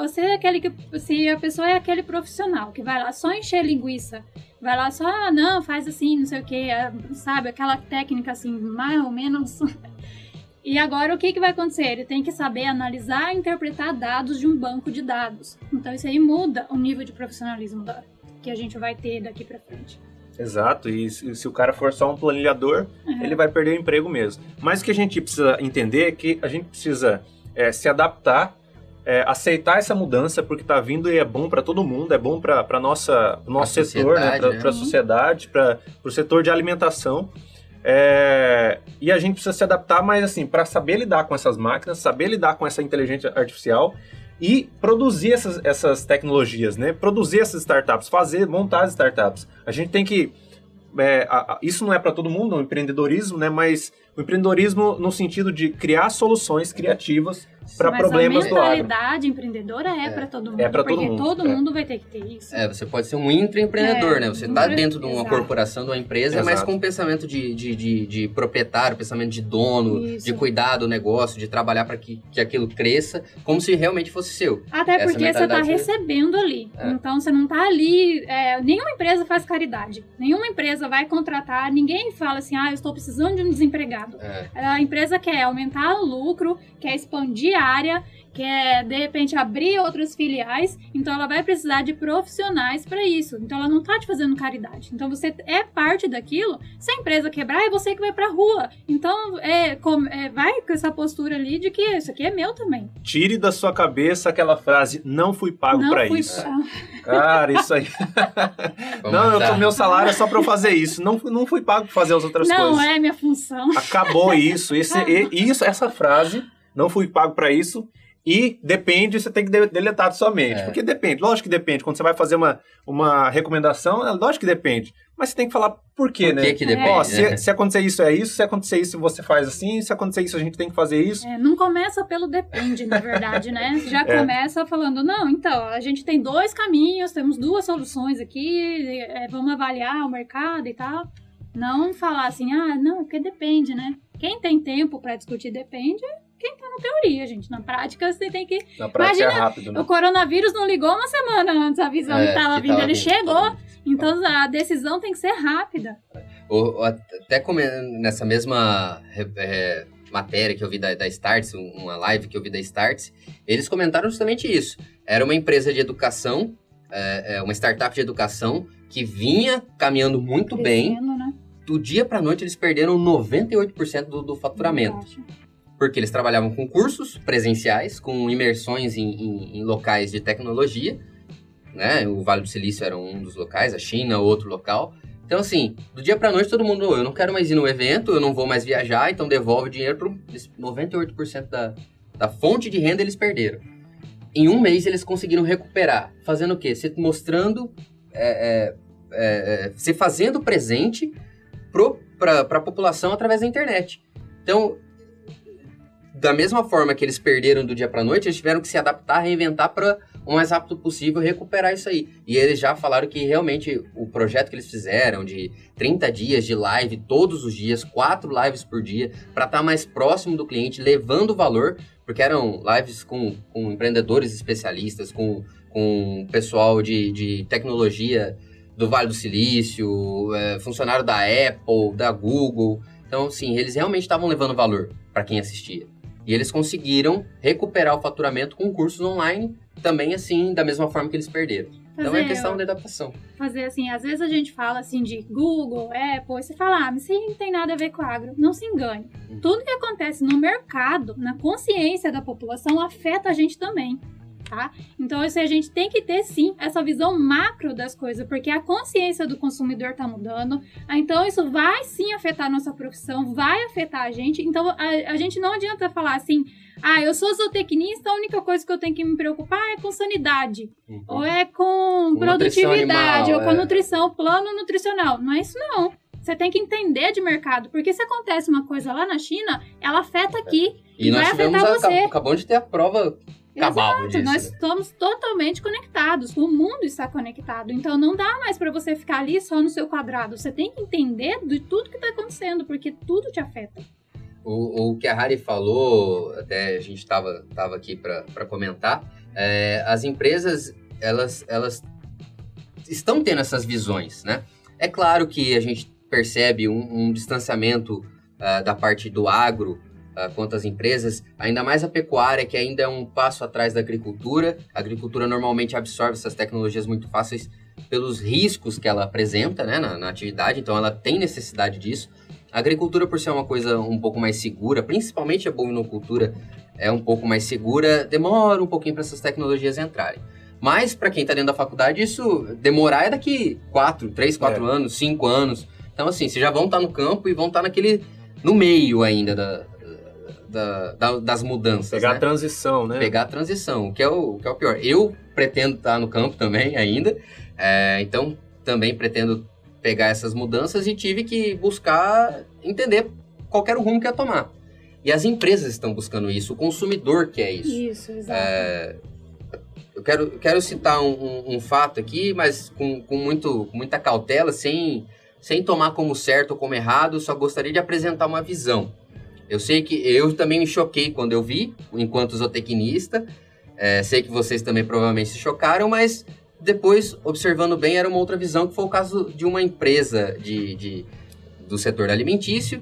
se a pessoa é aquele profissional que vai lá só encher linguiça, vai lá só, faz assim, não sei o que, sabe, aquela técnica assim, mais ou menos. E agora o que vai acontecer? Ele tem que saber analisar e interpretar dados de um banco de dados. Então isso aí muda o nível de profissionalismo que a gente vai ter daqui pra frente. Exato, e se o cara for só um planilhador, ele vai perder o emprego mesmo. Mas o que a gente precisa entender é que a gente precisa se adaptar, aceitar essa mudança, porque tá vindo e é bom para todo mundo, é bom para nosso setor, né? Para a sociedade, para o setor de alimentação. E a gente precisa se adaptar, mas assim, para saber lidar com essas máquinas, saber lidar com essa inteligência artificial e produzir essas tecnologias, né? Produzir essas startups, montar as startups. A gente tem que... isso não é para todo mundo, o empreendedorismo, né? Mas o empreendedorismo no sentido de criar soluções criativas para problemas do agro. Mas a mentalidade empreendedora para todo mundo, porque todo mundo vai ter que ter isso. Você pode ser um intraempreendedor, né? Você está dentro de uma corporação, de uma empresa, mas com um pensamento de proprietário, pensamento de dono, de cuidar do negócio, de trabalhar para que aquilo cresça, como se realmente fosse seu. Até porque você está recebendo ali. Então, você não está ali... nenhuma empresa faz caridade. Nenhuma empresa vai contratar, ninguém fala assim, eu estou precisando de um desempregado. A empresa quer aumentar o lucro, quer expandir a área, quer, de repente, abrir outras filiais, então ela vai precisar de profissionais para isso. Então ela não tá te fazendo caridade. Então você é parte daquilo. Se a empresa quebrar, é você que vai pra rua. Então vai com essa postura ali de que isso aqui é meu também. Tire da sua cabeça aquela frase, não fui pago para isso. Cara, isso aí. Meu salário é só para eu fazer isso. Não fui pago para fazer as outras coisas. Não é minha função. Acabou isso. Essa frase, não fui pago para isso. E depende, você tem que deletar da sua mente. Porque depende, lógico que depende. Quando você vai fazer uma recomendação, lógico que depende. Mas você tem que falar por quê, né? Por que depende? Se acontecer isso, é isso. Se acontecer isso, você faz assim. Se acontecer isso, a gente tem que fazer isso. Não começa pelo depende, na verdade, né? Já começa falando, então, a gente tem 2 caminhos, temos 2 soluções aqui, vamos avaliar o mercado e tal. Não falar assim, porque depende, né? Quem tem tempo para discutir depende... Quem tá na teoria, gente. Na prática, você tem que... Na prática é rápido, né? O coronavírus não ligou uma semana antes avisando que tava vindo. Ele chegou. Então, a decisão tem que ser rápida. Até como nessa mesma matéria que eu vi da Startse, uma live que eu vi da Startse, eles comentaram justamente isso. Era uma empresa de educação, uma startup de educação, que vinha caminhando muito bem. Né? Do dia pra noite, eles perderam 98% do faturamento. Porque eles trabalhavam com cursos presenciais, com imersões em locais de tecnologia, né? O Vale do Silício era um dos locais, a China, outro local. Então, assim, do dia pra noite, todo mundo, eu não quero mais ir no evento, eu não vou mais viajar, então devolve o dinheiro para 98% da fonte de renda eles perderam. Em um mês, eles conseguiram recuperar. Fazendo o quê? Você mostrando, você fazendo presente para a população através da internet. Então... Da mesma forma que eles perderam do dia para noite, eles tiveram que se adaptar, reinventar para o mais rápido possível recuperar isso aí. E eles já falaram que realmente o projeto que eles fizeram de 30 dias de live todos os dias, 4 lives por dia, para estar mais próximo do cliente, levando valor, porque eram lives com empreendedores especialistas, com pessoal de tecnologia do Vale do Silício, funcionário da Apple, da Google. Então, sim, eles realmente estavam levando valor para quem assistia. E eles conseguiram recuperar o faturamento com cursos online, também assim, da mesma forma que eles perderam. Então é questão de adaptação. Fazer assim, às vezes a gente fala assim de Google, Apple, e você fala, mas isso não tem nada a ver com agro. Não se engane. Tudo que acontece no mercado, na consciência da população, afeta a gente também. tá? Então, assim, a gente tem que ter, sim, essa visão macro das coisas, porque a consciência do consumidor tá mudando, então isso vai, sim, afetar a nossa profissão, vai afetar a gente, então a gente não adianta falar assim, eu sou zootecnista, a única coisa que eu tenho que me preocupar é com sanidade, ou é com produtividade, ou com nutrição, plano nutricional, não é isso não. Você tem que entender de mercado, porque se acontece uma coisa lá na China, ela afeta aqui e vai afetar você. Acabamos de ter a prova cabal disso. Nós estamos totalmente conectados, o mundo está conectado, então não dá mais para você ficar ali só no seu quadrado, você tem que entender de tudo que está acontecendo, porque tudo te afeta. O que a Hari falou, até a gente estava aqui para comentar, as empresas, elas estão tendo essas visões, né? É claro que a gente percebe um distanciamento da parte do agro quanto às empresas, ainda mais a pecuária, que ainda é um passo atrás da agricultura. A agricultura normalmente absorve essas tecnologias muito fáceis pelos riscos que ela apresenta, né, na atividade, então ela tem necessidade disso. A agricultura, por ser uma coisa um pouco mais segura, principalmente a bovinocultura é um pouco mais segura, demora um pouquinho para essas tecnologias entrarem. Mas, para quem está dentro da faculdade, isso demorar é daqui 3, 4 anos, 5 anos. Então, assim, vocês já vão estar no campo e vão estar no meio ainda das mudanças. Pegar, né? A transição, né? Pegar a transição, que é o pior. Eu pretendo estar no campo também ainda, então também pretendo pegar essas mudanças e tive que buscar entender qual era o rumo que ia tomar. E as empresas estão buscando isso, o consumidor quer isso. Isso, exato. Eu quero citar um fato aqui, mas com muita cautela, sem tomar como certo ou como errado, só gostaria de apresentar uma visão. Eu sei que eu também me choquei quando eu vi, enquanto zootecnista, sei que vocês também provavelmente se chocaram, mas depois, observando bem, era uma outra visão, que foi o caso de uma empresa do setor alimentício,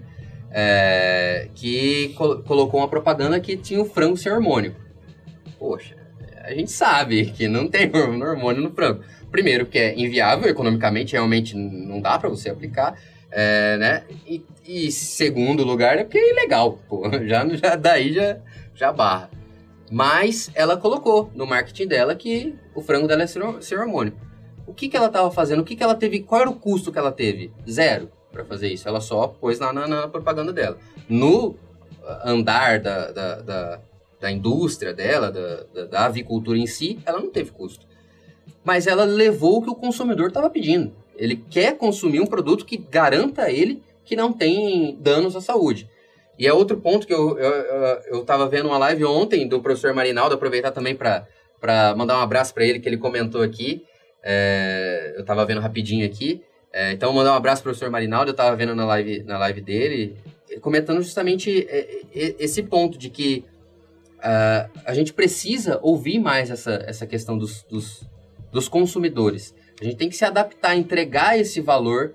que colocou uma propaganda que tinha o frango sem hormônio. Poxa, a gente sabe que não tem hormônio no frango. Primeiro, que é inviável economicamente, realmente não dá para você aplicar, né? E segundo lugar, é porque é ilegal, pô. Daí já barra. Mas ela colocou no marketing dela que o frango dela é sem hormônio. O que ela estava fazendo? O que ela teve? Qual era o custo que ela teve? 0 para fazer isso. Ela só pôs lá na propaganda dela. No andar da indústria dela, da avicultura em si, ela não teve custo. Mas ela levou o que o consumidor estava pedindo. Ele quer consumir um produto que garanta a ele que não tem danos à saúde. E é outro ponto que eu estava vendo uma live ontem do professor Marinaldo, aproveitar também para mandar um abraço para ele, que ele comentou aqui. Eu estava vendo rapidinho aqui. Então, mandar um abraço para o professor Marinaldo, eu estava vendo na live dele, comentando justamente esse ponto de que a gente precisa ouvir mais essa questão dos consumidores. A gente tem que se adaptar, entregar esse valor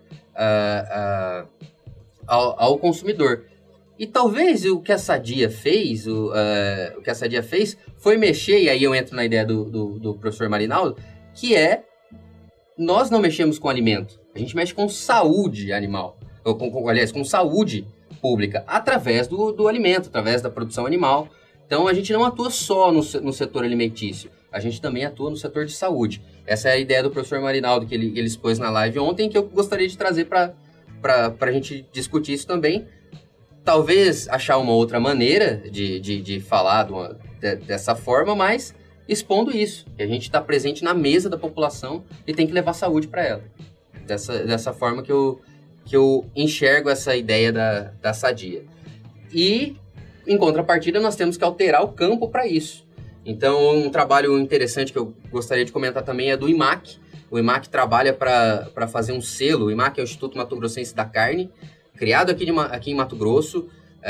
ao consumidor. E talvez o que a Sadia fez, foi mexer, e aí eu entro na ideia do professor Marinaldo, que nós não mexemos com alimento, a gente mexe com saúde animal, aliás, com saúde pública, através do alimento, através da produção animal. Então a gente não atua só no setor alimentício, a gente também atua no setor de saúde. Essa é a ideia do professor Marinaldo que ele expôs na live ontem, que eu gostaria de trazer para a gente discutir isso também. Talvez achar uma outra maneira de falar dessa forma, mas expondo isso, que a gente está presente na mesa da população e tem que levar saúde para ela. Dessa forma que eu enxergo essa ideia da Sadia. E, em contrapartida, nós temos que alterar o campo para isso. Então, um trabalho interessante que eu gostaria de comentar também é do IMAC. O IMAC trabalha para fazer um selo. O IMAC é o Instituto Mato Grossense da Carne, criado aqui em Mato Grosso,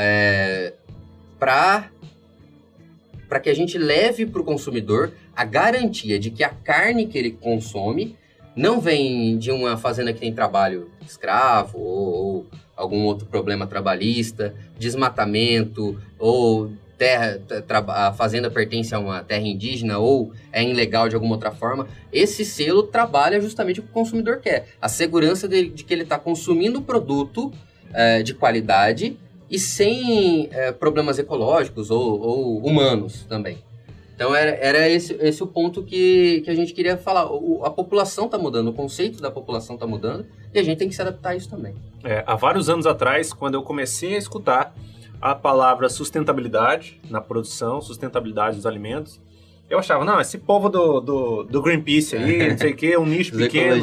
para que a gente leve para o consumidor a garantia de que a carne que ele consome não vem de uma fazenda que tem trabalho escravo ou algum outro problema trabalhista, desmatamento, ou a fazenda pertence a uma terra indígena ou é ilegal de alguma outra forma. Esse selo trabalha justamente o que o consumidor quer. A segurança de que ele está consumindo o produto de qualidade e sem problemas ecológicos ou humanos também. Então, era esse o ponto que a gente queria falar. A população está mudando, o conceito da população está mudando, e a gente tem que se adaptar a isso também. Há vários anos atrás, quando eu comecei a escutar a palavra sustentabilidade na produção, sustentabilidade dos alimentos, eu achava, não, esse povo do Greenpeace aí, não sei o que, um nicho pequeno.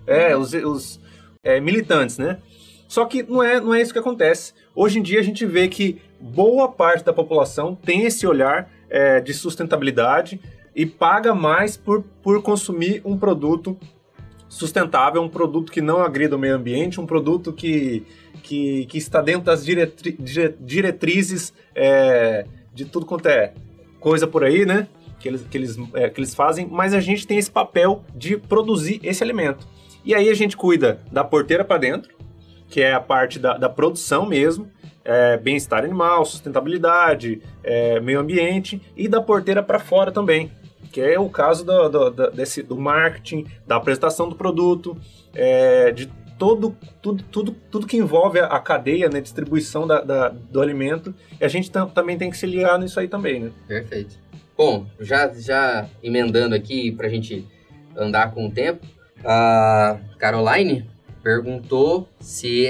Os militantes, né? Só que não é isso que acontece. Hoje em dia a gente vê que boa parte da população tem esse olhar de sustentabilidade e paga mais por consumir um produto sustentável, um produto que não agrida o meio ambiente, um produto que está dentro das diretrizes de tudo quanto é coisa por aí, né? Que eles fazem, mas a gente tem esse papel de produzir esse alimento. E aí a gente cuida da porteira para dentro, que é a parte da produção mesmo, bem-estar animal, sustentabilidade, meio ambiente, e da porteira para fora também, que é o caso do marketing, da apresentação do produto, de tudo que envolve a cadeia, né, distribuição do alimento, e a gente também tem que se ligar nisso aí também, né? Perfeito. Bom, já emendando aqui para a gente andar com o tempo, a Caroline perguntou se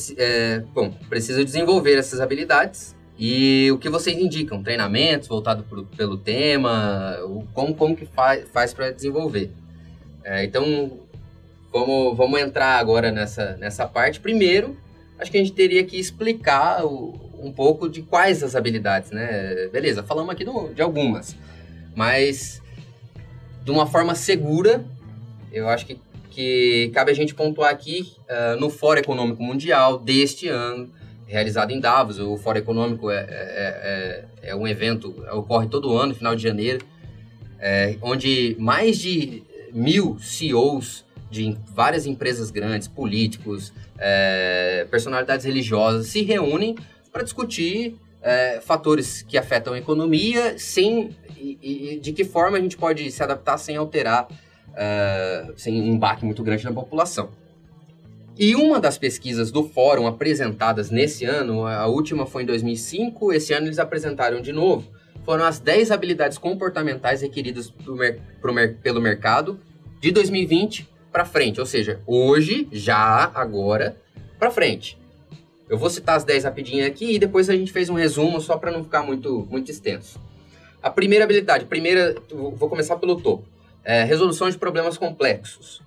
precisa desenvolver essas habilidades e o que vocês indicam, treinamentos voltados pelo tema, como que faz para desenvolver. Então, vamos entrar agora nessa parte. Primeiro, acho que a gente teria que explicar um pouco de quais as habilidades, né? Beleza, falamos aqui de algumas, mas de uma forma segura, eu acho que cabe a gente pontuar aqui no Fórum Econômico Mundial deste ano, realizado em Davos. O Fórum Econômico é um evento, ocorre todo ano, final de janeiro, onde mais de 1.000 CEOs de várias empresas grandes, políticos, personalidades religiosas se reúnem para discutir fatores que afetam a economia e de que forma a gente pode se adaptar sem alterar, sem um baque muito grande na população. E uma das pesquisas do fórum apresentadas nesse ano, a última foi em 2005, esse ano eles apresentaram de novo, foram as 10 habilidades comportamentais requeridas pelo mercado de 2020 para frente, ou seja, hoje, já, agora, para frente. Eu vou citar as 10 rapidinho aqui e depois a gente fez um resumo só para não ficar muito, muito extenso. A primeira habilidade, vou começar pelo topo, resolução de problemas complexos.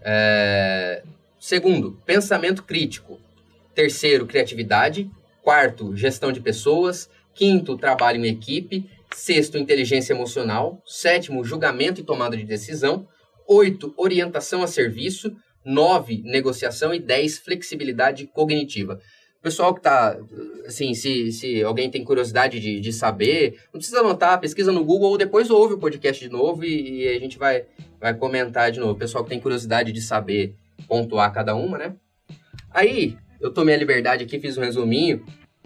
Segundo, pensamento crítico. Terceiro, criatividade. Quarto, gestão de pessoas. Quinto, trabalho em equipe. Sexto, inteligência emocional. Sétimo, julgamento e tomada de decisão. 8, orientação a serviço. 9, negociação. E 10, flexibilidade cognitiva. Pessoal que está, assim, se alguém tem curiosidade de saber, não precisa anotar, pesquisa no Google ou depois ouve o podcast de novo e a gente vai comentar de novo. Pessoal que tem curiosidade de saber pontuar cada uma, né? Aí, eu tomei a liberdade aqui, fiz um resuminho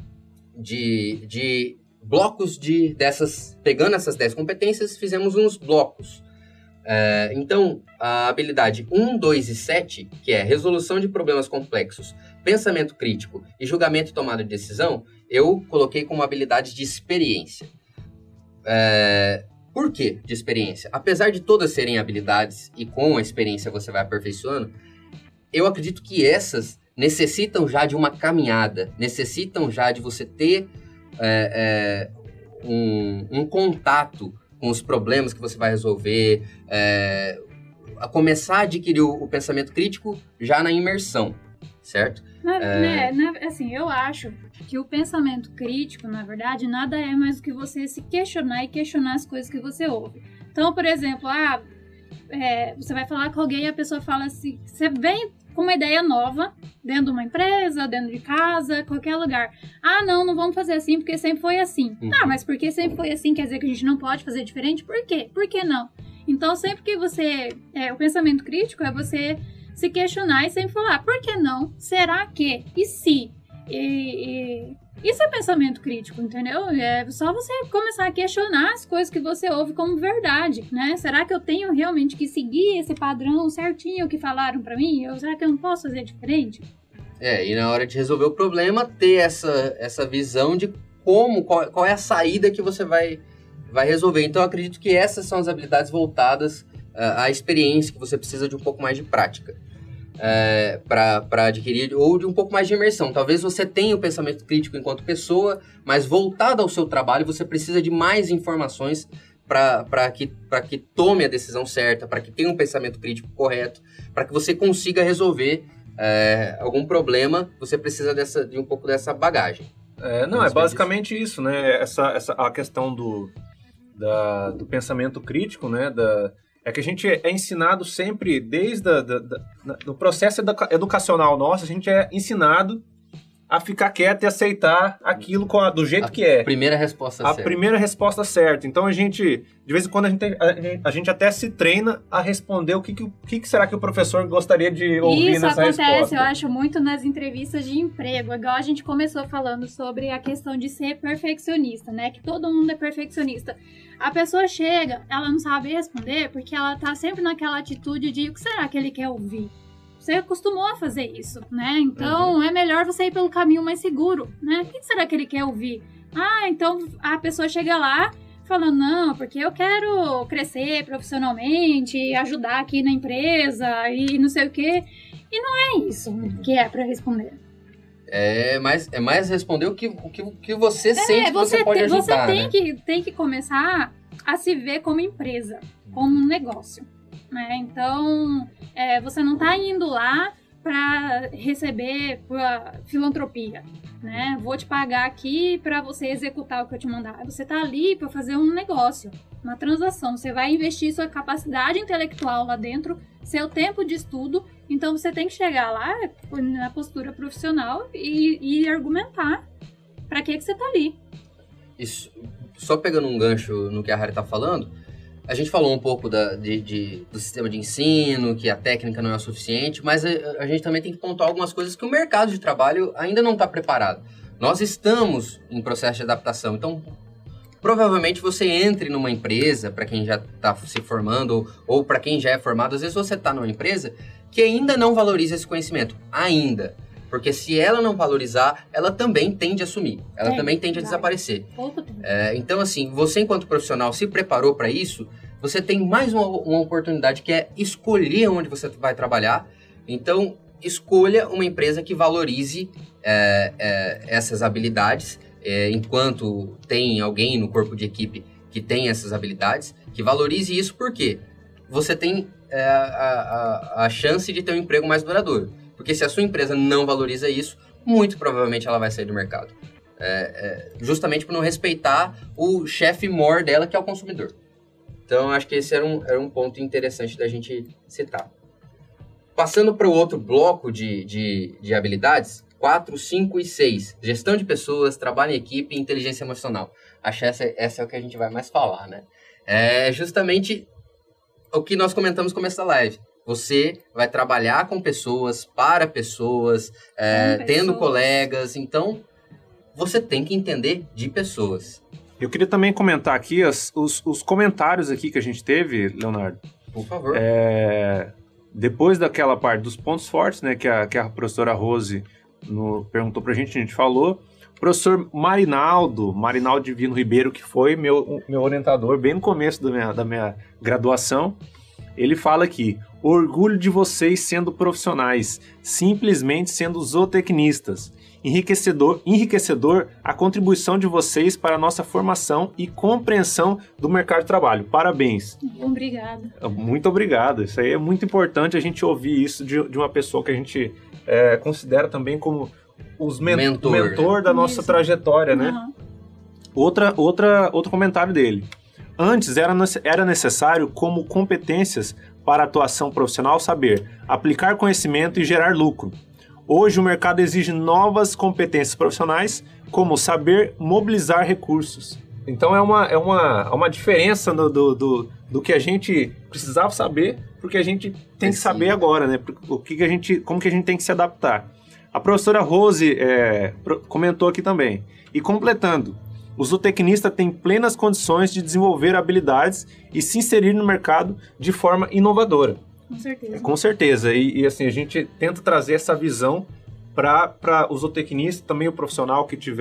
de blocos pegando essas 10 competências, fizemos uns blocos. Então, a habilidade 1, 2 e 7, que é resolução de problemas complexos, pensamento crítico e julgamento e tomada de decisão, eu coloquei como habilidade de experiência. Por que de experiência? Apesar de todas serem habilidades e com a experiência você vai aperfeiçoando, eu acredito que essas necessitam já de uma caminhada, necessitam já de você ter um contato com os problemas que você vai resolver, a começar a adquirir o pensamento crítico já na imersão, certo? Assim, eu acho que o pensamento crítico, na verdade, nada é mais do que você se questionar e questionar as coisas que você ouve. Então, por exemplo, você vai falar com alguém e a pessoa fala assim, você vem com uma ideia nova, dentro de uma empresa, dentro de casa, qualquer lugar. Não vamos fazer assim porque sempre foi assim. Mas porque sempre foi assim quer dizer que a gente não pode fazer diferente? Por quê? Por que não? Então, sempre que o pensamento crítico é você se questionar e sempre falar, por que não? Será que? E se? Isso é pensamento crítico, entendeu? É só você começar a questionar as coisas que você ouve como verdade, né? Será que eu tenho realmente que seguir esse padrão certinho que falaram pra mim? Ou será que eu não posso fazer diferente? E na hora de resolver o problema, ter essa visão de qual é a saída que você vai vai resolver. Então, eu acredito que essas são as habilidades voltadas à experiência, que você precisa de um pouco mais de prática para adquirir, ou de um pouco mais de imersão. Talvez você tenha o pensamento crítico enquanto pessoa, mas voltado ao seu trabalho, você precisa de mais informações para que tome a decisão certa, para que tenha um pensamento crítico correto, para que você consiga resolver algum problema, você precisa de um pouco dessa bagagem. Não, é basicamente isso, né? A questão do pensamento crítico, né? É que a gente é ensinado sempre, desde no processo educacional nosso, a gente é ensinado a ficar quieto e aceitar aquilo do jeito que é. Primeira resposta certa. A primeira resposta certa. Então, de vez em quando, a gente até se treina a responder o que será que o professor gostaria de ouvir nessa resposta. Isso acontece, eu acho, muito nas entrevistas de emprego. Igual a gente começou falando sobre a questão de ser perfeccionista, né? Que todo mundo é perfeccionista. A pessoa chega, ela não sabe responder porque ela tá sempre naquela atitude de o que será que ele quer ouvir? Você acostumou a fazer isso, né? Então, é melhor você ir pelo caminho mais seguro, né? O que será que ele quer ouvir? Então a pessoa chega lá falando, não, porque eu quero crescer profissionalmente, ajudar aqui na empresa e não sei o quê. E não é isso que é para responder. É mais responder o que você sente que você pode ajudar. Você tem que começar a se ver como empresa, como um negócio. Né? Então, você não está indo lá para receber filantropia, né? Vou te pagar aqui para você executar o que eu te mandar. Você está ali para fazer um negócio, uma transação. Você vai investir sua capacidade intelectual lá dentro, seu tempo de estudo. Então, você tem que chegar lá na postura profissional e argumentar para que você está ali. Isso, só pegando um gancho no que a Harry está falando, a gente falou um pouco do sistema de ensino, que a técnica não é o suficiente, mas a gente também tem que pontuar algumas coisas que o mercado de trabalho ainda não está preparado. Nós estamos em processo de adaptação, então provavelmente você entre numa empresa, para quem já está se formando, ou para quem já é formado, às vezes você está numa empresa que ainda não valoriza esse conhecimento, ainda. Porque se ela não valorizar, ela também tende a sumir. Ela também tende a desaparecer. Então, assim, você enquanto profissional se preparou para isso, você tem mais uma oportunidade que é escolher onde você vai trabalhar. Então, escolha uma empresa que valorize essas habilidades, enquanto tem alguém no corpo de equipe que tem essas habilidades, que valorize isso porque você tem a chance de ter um emprego mais duradouro. Porque se a sua empresa não valoriza isso, muito provavelmente ela vai sair do mercado. Justamente por não respeitar o chefe maior dela, que é o consumidor. Então, acho que esse era um ponto interessante da gente citar. Passando para o outro bloco de habilidades, 4, 5 e 6. Gestão de pessoas, trabalho em equipe e inteligência emocional. Acho que essa é o que a gente vai mais falar, né? É justamente o que nós comentamos no começo da live. Você vai trabalhar com pessoas, para pessoas, tendo colegas. Então, você tem que entender de pessoas. Eu queria também comentar aqui os comentários aqui que a gente teve, Leonardo. Por favor. Depois daquela parte dos pontos fortes, né, que a professora Rose perguntou pra gente, a gente falou. O professor Marinaldo Divino Ribeiro, que foi meu orientador bem no começo da minha graduação, ele fala aqui: orgulho de vocês sendo profissionais, simplesmente sendo zootecnistas. Enriquecedor a contribuição de vocês para a nossa formação e compreensão do mercado de trabalho. Parabéns. Obrigada. Muito obrigado. Isso aí é muito importante a gente ouvir isso de uma pessoa que a gente considera também como o mentor da nossa trajetória, né? Outro comentário dele. Antes era necessário, como competências para a atuação profissional, saber aplicar conhecimento e gerar lucro. Hoje o mercado exige novas competências profissionais, como saber mobilizar recursos. Então é uma diferença do que a gente precisava saber, porque a gente tem que saber agora, né? Como que a gente tem que se adaptar. A professora Rose comentou aqui também. E completando, o zootecnista tem plenas condições de desenvolver habilidades e se inserir no mercado de forma inovadora. Com certeza. Com certeza. E assim, a gente tenta trazer essa visão para o zootecnista, também o profissional que tiver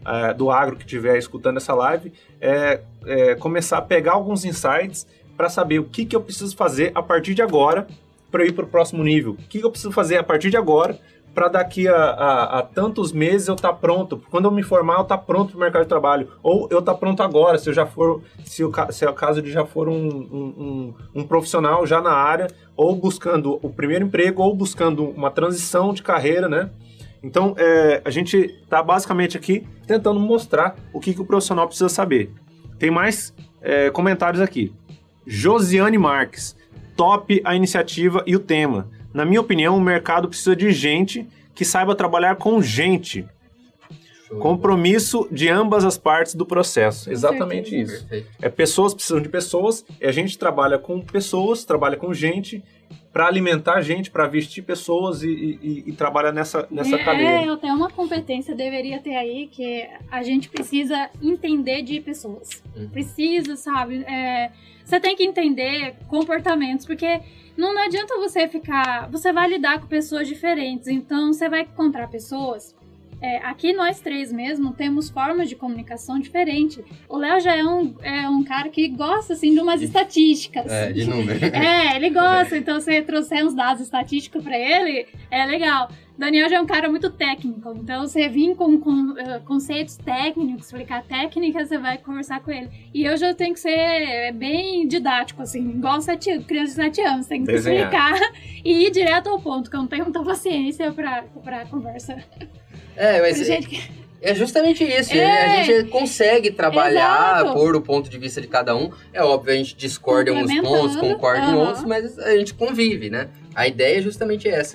do agro que estiver escutando essa live começar a pegar alguns insights para saber o que eu preciso fazer a partir de agora para ir para o próximo nível. O que eu preciso fazer a partir de agora para daqui a tantos meses eu estar pronto. Quando eu me formar, eu estar pronto para o mercado de trabalho. Ou eu estar pronto agora, se é o caso de já for um profissional já na área, ou buscando o primeiro emprego, ou buscando uma transição de carreira, né? Então, a gente está basicamente aqui tentando mostrar o que o profissional precisa saber. Tem mais comentários aqui. Josiane Marques. Top a iniciativa e o tema. Na minha opinião, o mercado precisa de gente que saiba trabalhar com gente. Show. Compromisso de ambas as partes do processo. Exatamente isso. Perfeito. Pessoas precisam de pessoas, e a gente trabalha com pessoas, trabalha com gente, para alimentar gente, para vestir pessoas e trabalha nessa cadeia. Eu tenho uma competência, deveria ter aí, que a gente precisa entender de pessoas. Precisa, sabe? Você tem que entender comportamentos, porque não adianta você vai lidar com pessoas diferentes, então você vai encontrar pessoas. Aqui nós três mesmo temos formas de comunicação diferentes. O Léo já é um cara que gosta, assim, de umas estatísticas. De número. Ele gosta, então se você trouxer uns dados estatísticos pra ele, é legal. Daniel já é um cara muito técnico, então você vir com conceitos técnicos, explicar técnicas, você vai conversar com ele. E eu já tenho que ser bem didático, assim, igual criança de 7 anos, tem que explicar e ir direto ao ponto, que eu não tenho muita paciência pra conversa. Mas é justamente isso. A gente consegue trabalhar por o ponto de vista de cada um. É óbvio, a gente discorda em alguns pontos, concorda em outros, mas a gente convive, né? A ideia é justamente essa.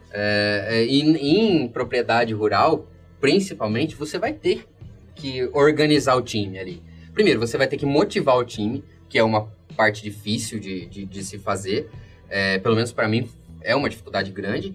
Em propriedade rural, principalmente, você vai ter que organizar o time ali. Primeiro, você vai ter que motivar o time, que é uma parte difícil de se fazer. Pelo menos para mim, é uma dificuldade grande.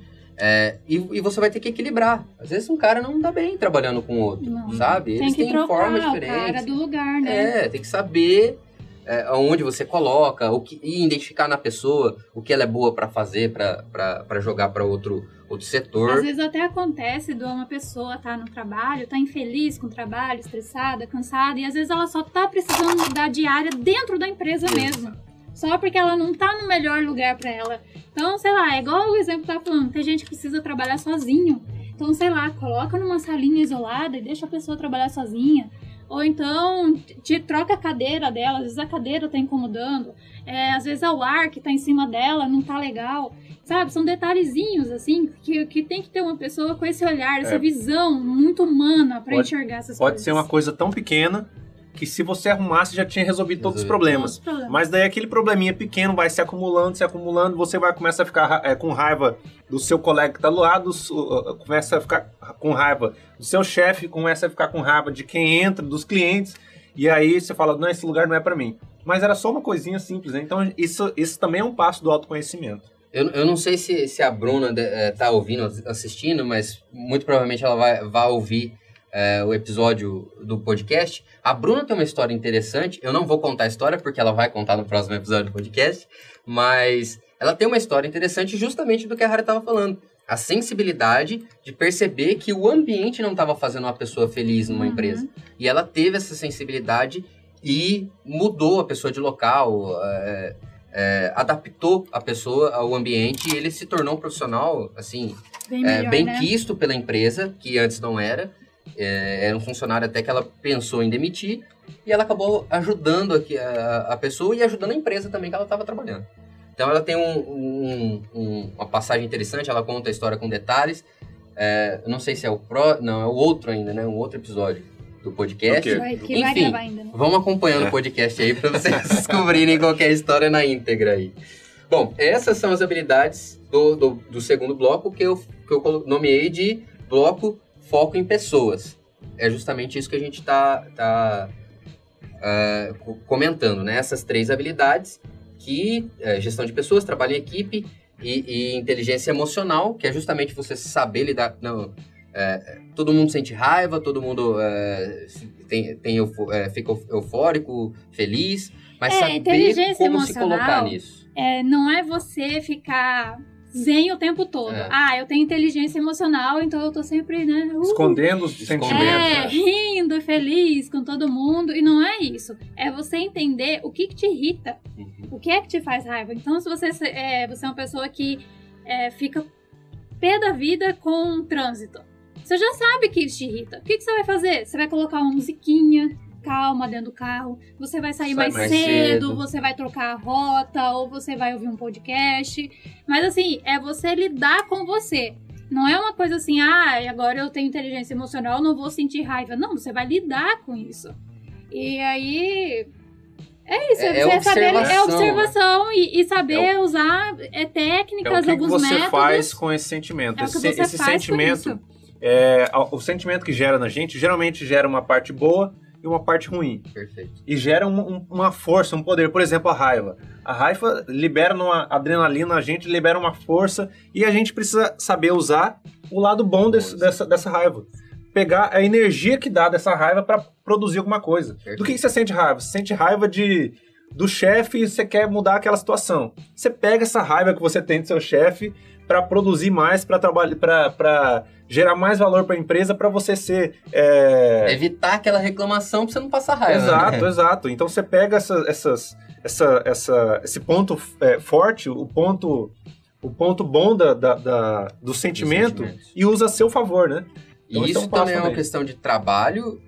E você vai ter que equilibrar. Às vezes um cara não tá bem trabalhando com o outro, sabe? Eles têm formas diferentes. O cara do lugar, né? Tem que saber onde você coloca, e identificar na pessoa o que ela é boa para fazer, para jogar para outro setor. Às vezes até acontece de uma pessoa tá no trabalho, tá infeliz com o trabalho, estressada, cansada, e às vezes ela só tá precisando mudar de área dentro da empresa mesmo. Só porque ela não tá no melhor lugar pra ela. Então, sei lá, é igual o exemplo que eu tava falando, tem gente que precisa trabalhar sozinho. Então, sei lá, coloca numa salinha isolada e deixa a pessoa trabalhar sozinha. Ou então, troca a cadeira dela, às vezes a cadeira tá incomodando. Às vezes o ar que tá em cima dela não tá legal. Sabe, são detalhezinhos, assim, que tem que ter uma pessoa com esse olhar, essa visão muito humana pra enxergar essas coisas. Pode ser uma coisa tão pequena que se você arrumasse já tinha resolvido todos os problemas. Mas daí aquele probleminha pequeno vai se acumulando, você vai começar a ficar com raiva do seu colega que está do lado, começa a ficar com raiva do seu chefe, começa a ficar com raiva de quem entra, dos clientes, e aí você fala, não, esse lugar não é para mim. Mas era só uma coisinha simples, né? Então isso também é um passo do autoconhecimento. Eu não sei se a Bruna tá ouvindo, assistindo, mas muito provavelmente ela vai ouvir o episódio do podcast. A Bruna tem uma história interessante. Eu não vou contar a história porque ela vai contar no próximo episódio do podcast, mas ela tem uma história interessante justamente do que a Rara estava falando. A sensibilidade de perceber que o ambiente não estava fazendo uma pessoa feliz numa empresa. E ela teve essa sensibilidade e mudou a pessoa de local, adaptou a pessoa ao ambiente, e ele se tornou um profissional assim, bem quisto pela empresa, que antes não era. Era um funcionário até que ela pensou em demitir, e ela acabou ajudando a pessoa e ajudando a empresa também que ela estava trabalhando. Então ela tem uma passagem interessante, ela conta a história com detalhes. Eu não sei se é o outro ainda, né? Um outro episódio do podcast. Enfim, vai gravar ainda, né? Vamos acompanhando o podcast aí para vocês descobrirem qualquer história na íntegra aí. Bom, essas são as habilidades do segundo bloco que eu nomeei de bloco foco em pessoas. É justamente isso que a gente está comentando, né? Essas 3 habilidades que gestão de pessoas, trabalho em equipe e inteligência emocional, que é justamente você saber lidar... todo mundo sente raiva, todo mundo fica eufórico, feliz, mas saber como se colocar nisso. Não é você ficar zen o tempo todo. Eu tenho inteligência emocional, então eu tô sempre, né? Escondendo os sentimentos. Rindo, feliz com todo mundo. E não é isso. É você entender o que te irrita. O que é que te faz raiva. Então, se você é uma pessoa que fica pé da vida com o trânsito, você já sabe que isso te irrita. O que você vai fazer? Você vai colocar uma musiquinha calma dentro do carro, você vai sair mais cedo, você vai trocar a rota, ou você vai ouvir um podcast. Mas assim, é você lidar com você. Não é uma coisa assim, agora eu tenho inteligência emocional, não vou sentir raiva. Não, você vai lidar com isso. E aí... É isso, você saber, observação e saber usar técnicas, alguns métodos. O que você faz com esse sentimento? Esse sentimento, o sentimento que gera na gente, geralmente gera uma parte boa e uma parte ruim. Perfeito. E gera uma força, um poder. Por exemplo, a raiva. A raiva libera uma adrenalina, a gente libera uma força e a gente precisa saber usar o lado bom dessa raiva. Pegar a energia que dá dessa raiva para produzir alguma coisa. Perfeito. Do que você sente raiva? Você sente raiva do chefe e você quer mudar aquela situação. Você pega essa raiva que você tem do seu chefe para produzir mais, para trabalhar, para gerar mais valor para a empresa, para você ser... Evitar aquela reclamação para você não passar raiva. Exato. Então você pega esse ponto forte, o ponto bom do sentimento e usa a seu favor, né? Então, e isso também é uma questão de trabalho,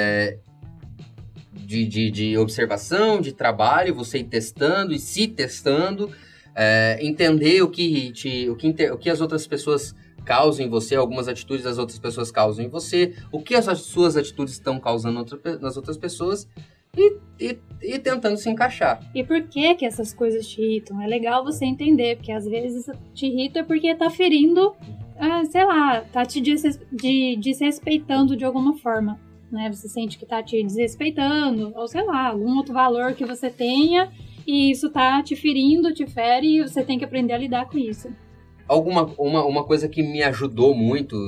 de observação, de trabalho, você ir testando e se testando, entender o que as outras pessoas causam em você, algumas atitudes das outras pessoas causam em você, o que as suas atitudes estão causando nas outras pessoas e tentando se encaixar. E por que essas coisas te irritam? É legal você entender, porque às vezes te irrita porque tá ferindo... tá te desrespeitando de alguma forma, né? Você sente que tá te desrespeitando, ou sei lá, algum outro valor que você tenha, e isso tá te ferindo, te fere, e você tem que aprender a lidar com isso. Uma coisa que me ajuda muito,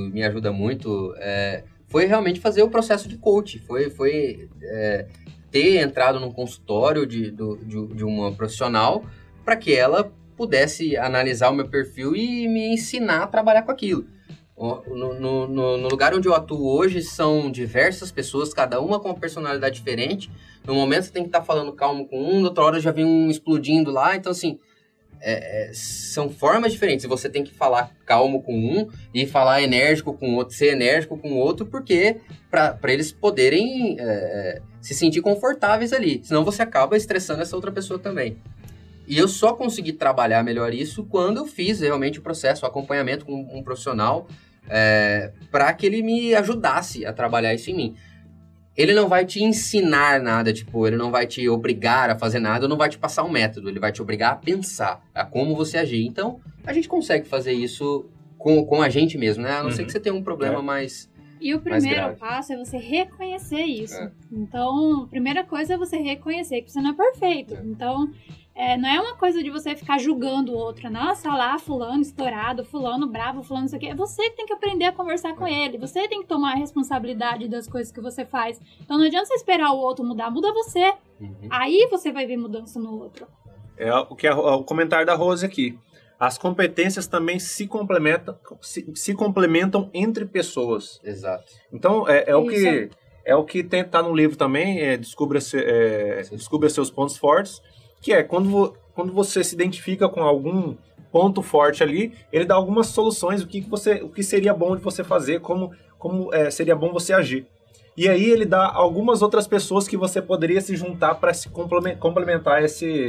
foi realmente fazer o processo de coach, foi ter entrado num consultório de uma profissional para que ela pudesse analisar o meu perfil e me ensinar a trabalhar com aquilo. No lugar onde eu atuo hoje são diversas pessoas, cada uma com uma personalidade diferente. No momento você tem que estar falando calmo com um, na outra hora já vem um explodindo lá. Então, assim, são formas diferentes. Você tem que falar calmo com um e falar enérgico com o outro, ser enérgico com o outro, porque para eles poderem se sentir confortáveis ali. Senão você acaba estressando essa outra pessoa também. E eu só consegui trabalhar melhor isso quando eu fiz realmente o processo, o acompanhamento com um profissional, para que ele me ajudasse a trabalhar isso em mim. Ele não vai te ensinar nada, ele não vai te obrigar a fazer nada, não vai te passar um método, ele vai te obrigar a pensar, a como você agir. Então, a gente consegue fazer isso com a gente mesmo, né? A não ser que você tenha um problema mais... E o primeiro passo é você reconhecer isso. Então, a primeira coisa é você reconhecer que você não é perfeito. Então... não é uma coisa de você ficar julgando o outro. Nossa, lá, fulano estourado, fulano bravo, fulano isso aqui. É você que tem que aprender a conversar com ele. Você tem que tomar a responsabilidade das coisas que você faz. Então não adianta você esperar o outro mudar. Muda você. Aí você vai ver mudança no outro. O que é o comentário da Rose aqui. As competências também se complementam entre pessoas. Exato. Então, o que tá no livro também, descubra seus pontos fortes. Que é quando você se identifica com algum ponto forte ali, ele dá algumas soluções, o que seria bom de você fazer, como seria bom você agir. E aí ele dá algumas outras pessoas que você poderia se juntar para se complementar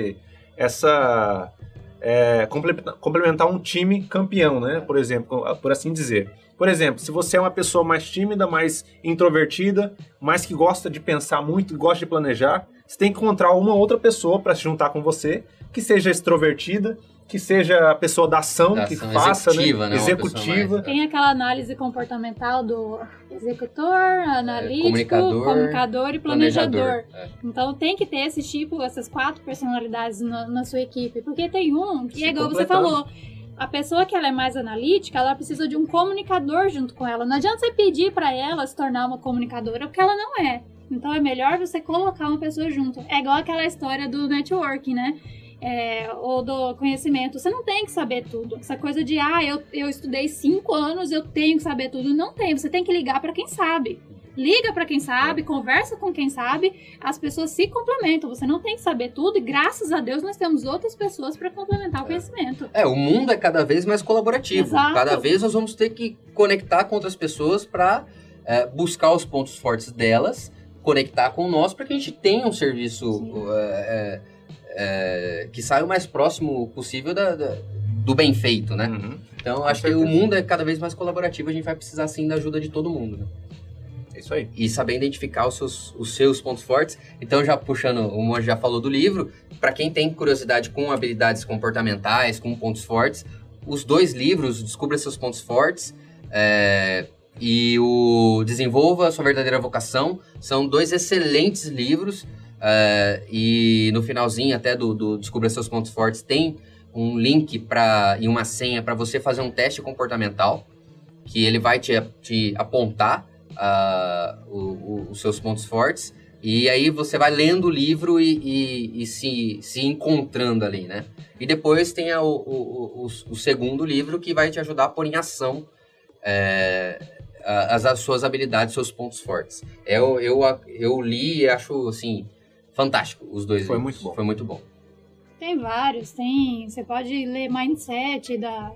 complementar um time campeão, né? Por exemplo, por assim dizer. Por exemplo, se você é uma pessoa mais tímida, mais introvertida, mas que gosta de pensar muito, gosta de planejar, você tem que encontrar uma outra pessoa para se juntar com você, que seja extrovertida, que seja a pessoa da ação, que faça, executiva, né? Executiva. Tem aquela análise comportamental do executor, analítico, comunicador e planejador. Então tem que ter essas 4 personalidades na sua equipe, porque tem que é igual você falou. A pessoa que ela é mais analítica, ela precisa de um comunicador junto com ela. Não adianta você pedir para ela se tornar uma comunicadora, porque ela não é. Então é melhor você colocar uma pessoa junto. É igual aquela história do networking, né? ou do conhecimento. Você não tem que saber tudo. Essa coisa de, eu estudei 5 anos, eu tenho que saber tudo. Não tem, você tem que ligar para quem sabe. Liga para quem sabe, conversa com quem sabe, as pessoas se complementam. Você não tem que saber tudo e, graças a Deus, nós temos outras pessoas para complementar o conhecimento. O mundo é cada vez mais colaborativo. Exato. Cada vez nós vamos ter que conectar com outras pessoas para buscar os pontos fortes delas, conectar com nós para que a gente tenha um serviço que saia o mais próximo possível do bem feito, né? Uhum. Então, acho que o mundo é cada vez mais colaborativo, a gente vai precisar, sim, da ajuda de todo mundo, né? Isso aí. E saber identificar os seus pontos fortes. Então, já puxando, o Monge já falou do livro, para quem tem curiosidade com habilidades comportamentais, com pontos fortes, os 2 livros, Descubra Seus Pontos Fortes e o Desenvolva Sua Verdadeira Vocação, são 2 excelentes livros, e no finalzinho até do Descubra Seus Pontos Fortes tem um link e uma senha para você fazer um teste comportamental, que ele vai te apontar os seus pontos fortes, e aí você vai lendo o livro e se encontrando ali, né? E depois tem o segundo livro, que vai te ajudar a pôr em ação as suas habilidades, seus pontos fortes. Eu li e acho, assim, fantástico os 2 livros. Foi muito bom. Foi muito bom. Tem vários, você pode ler Mindset da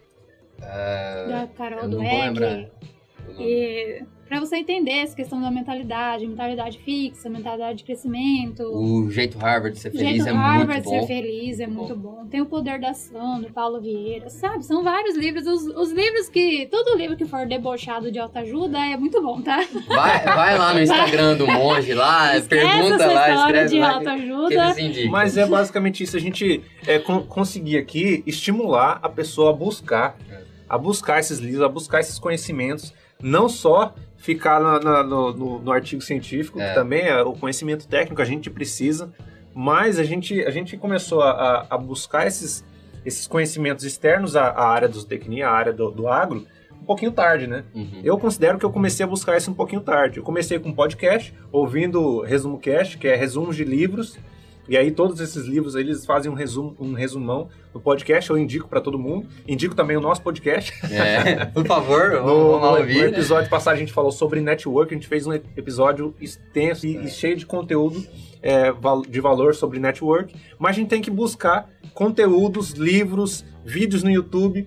Carol Dweck. E para você entender essa questão da mentalidade fixa, mentalidade de crescimento. O Jeito Harvard de Ser Feliz é muito bom. Harvard de Ser Feliz é muito bom. Tem O Poder da Ação, do Paulo Vieira, sabe? São vários livros. Os livros todo livro que for debochado de autoajuda é muito bom, tá? Vai lá no Instagram do Monge, lá, pergunta lá, escreve de lá autoajuda. que eles indicam. Mas é basicamente isso, a gente conseguir aqui estimular a pessoa a buscar esses livros, a buscar esses conhecimentos, não só ficar no artigo científico, que também é o conhecimento técnico, a gente precisa, mas a gente começou a buscar esses conhecimentos externos à área da zootecnia, à área do agro, um pouquinho tarde, né? Uhum. Eu considero que eu comecei a buscar isso um pouquinho tarde. Eu comecei com podcast, ouvindo Resumo Cast, que é resumos de livros, e aí todos esses livros eles fazem um resumão no podcast, eu indico para todo mundo. Indico também o nosso podcast. Por favor, vamos lá ouvir. No episódio passado a gente falou sobre network, a gente fez um episódio extenso e cheio de conteúdo de valor sobre network, mas a gente tem que buscar conteúdos, livros, vídeos no YouTube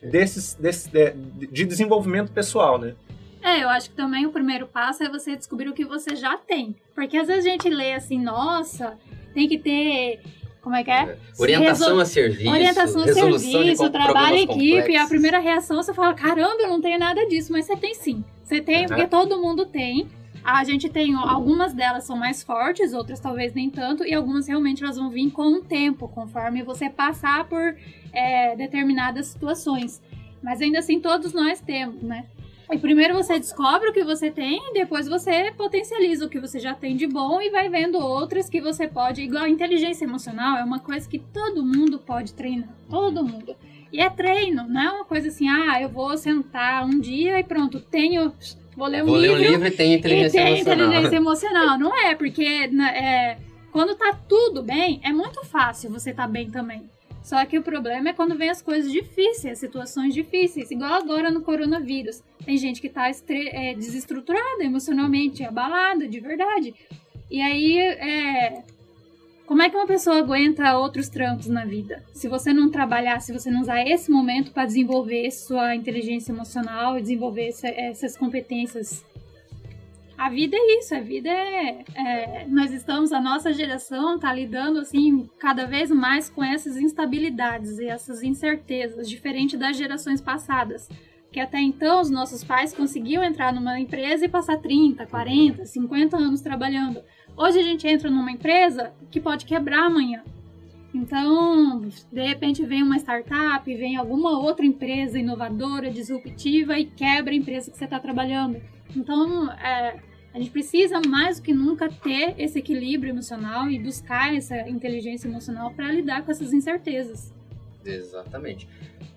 de desenvolvimento pessoal, né? Eu acho que também o primeiro passo é você descobrir o que você já tem. Porque às vezes a gente lê assim, nossa, tem que ter, como é que é? Orientação a serviço. Orientação a serviço, trabalho em equipe. E a primeira reação, você fala, caramba, eu não tenho nada disso. Mas você tem sim. Você tem, porque todo mundo tem. A gente tem, algumas delas são mais fortes, outras talvez nem tanto. E algumas realmente elas vão vir com o tempo, conforme você passar por determinadas situações. Mas ainda assim, todos nós temos, né? E primeiro você descobre o que você tem, e depois você potencializa o que você já tem de bom e vai vendo outras que você pode... Igual a inteligência emocional é uma coisa que todo mundo pode treinar. Todo mundo. E é treino, não é uma coisa assim, eu vou sentar um dia e pronto, vou ler um livro e tenho inteligência emocional. Não é, porque quando tá tudo bem, é muito fácil você tá bem também. Só que o problema é quando vem as coisas difíceis, as situações difíceis. Igual agora no coronavírus. Tem gente que tá desestruturada emocionalmente, abalada, de verdade. E aí, como é que uma pessoa aguenta outros trampos na vida? Se você não trabalhar, se você não usar esse momento para desenvolver sua inteligência emocional e desenvolver essas competências. A vida é isso, a vida nós estamos, a nossa geração está lidando assim, cada vez mais com essas instabilidades e essas incertezas, diferente das gerações passadas. Que até então os nossos pais conseguiam entrar numa empresa e passar 30, 40, 50 anos trabalhando. Hoje a gente entra numa empresa que pode quebrar amanhã. Então, de repente vem uma startup, vem alguma outra empresa inovadora, disruptiva e quebra a empresa que você está trabalhando. Então, a gente precisa mais do que nunca ter esse equilíbrio emocional e buscar essa inteligência emocional para lidar com essas incertezas. Exatamente.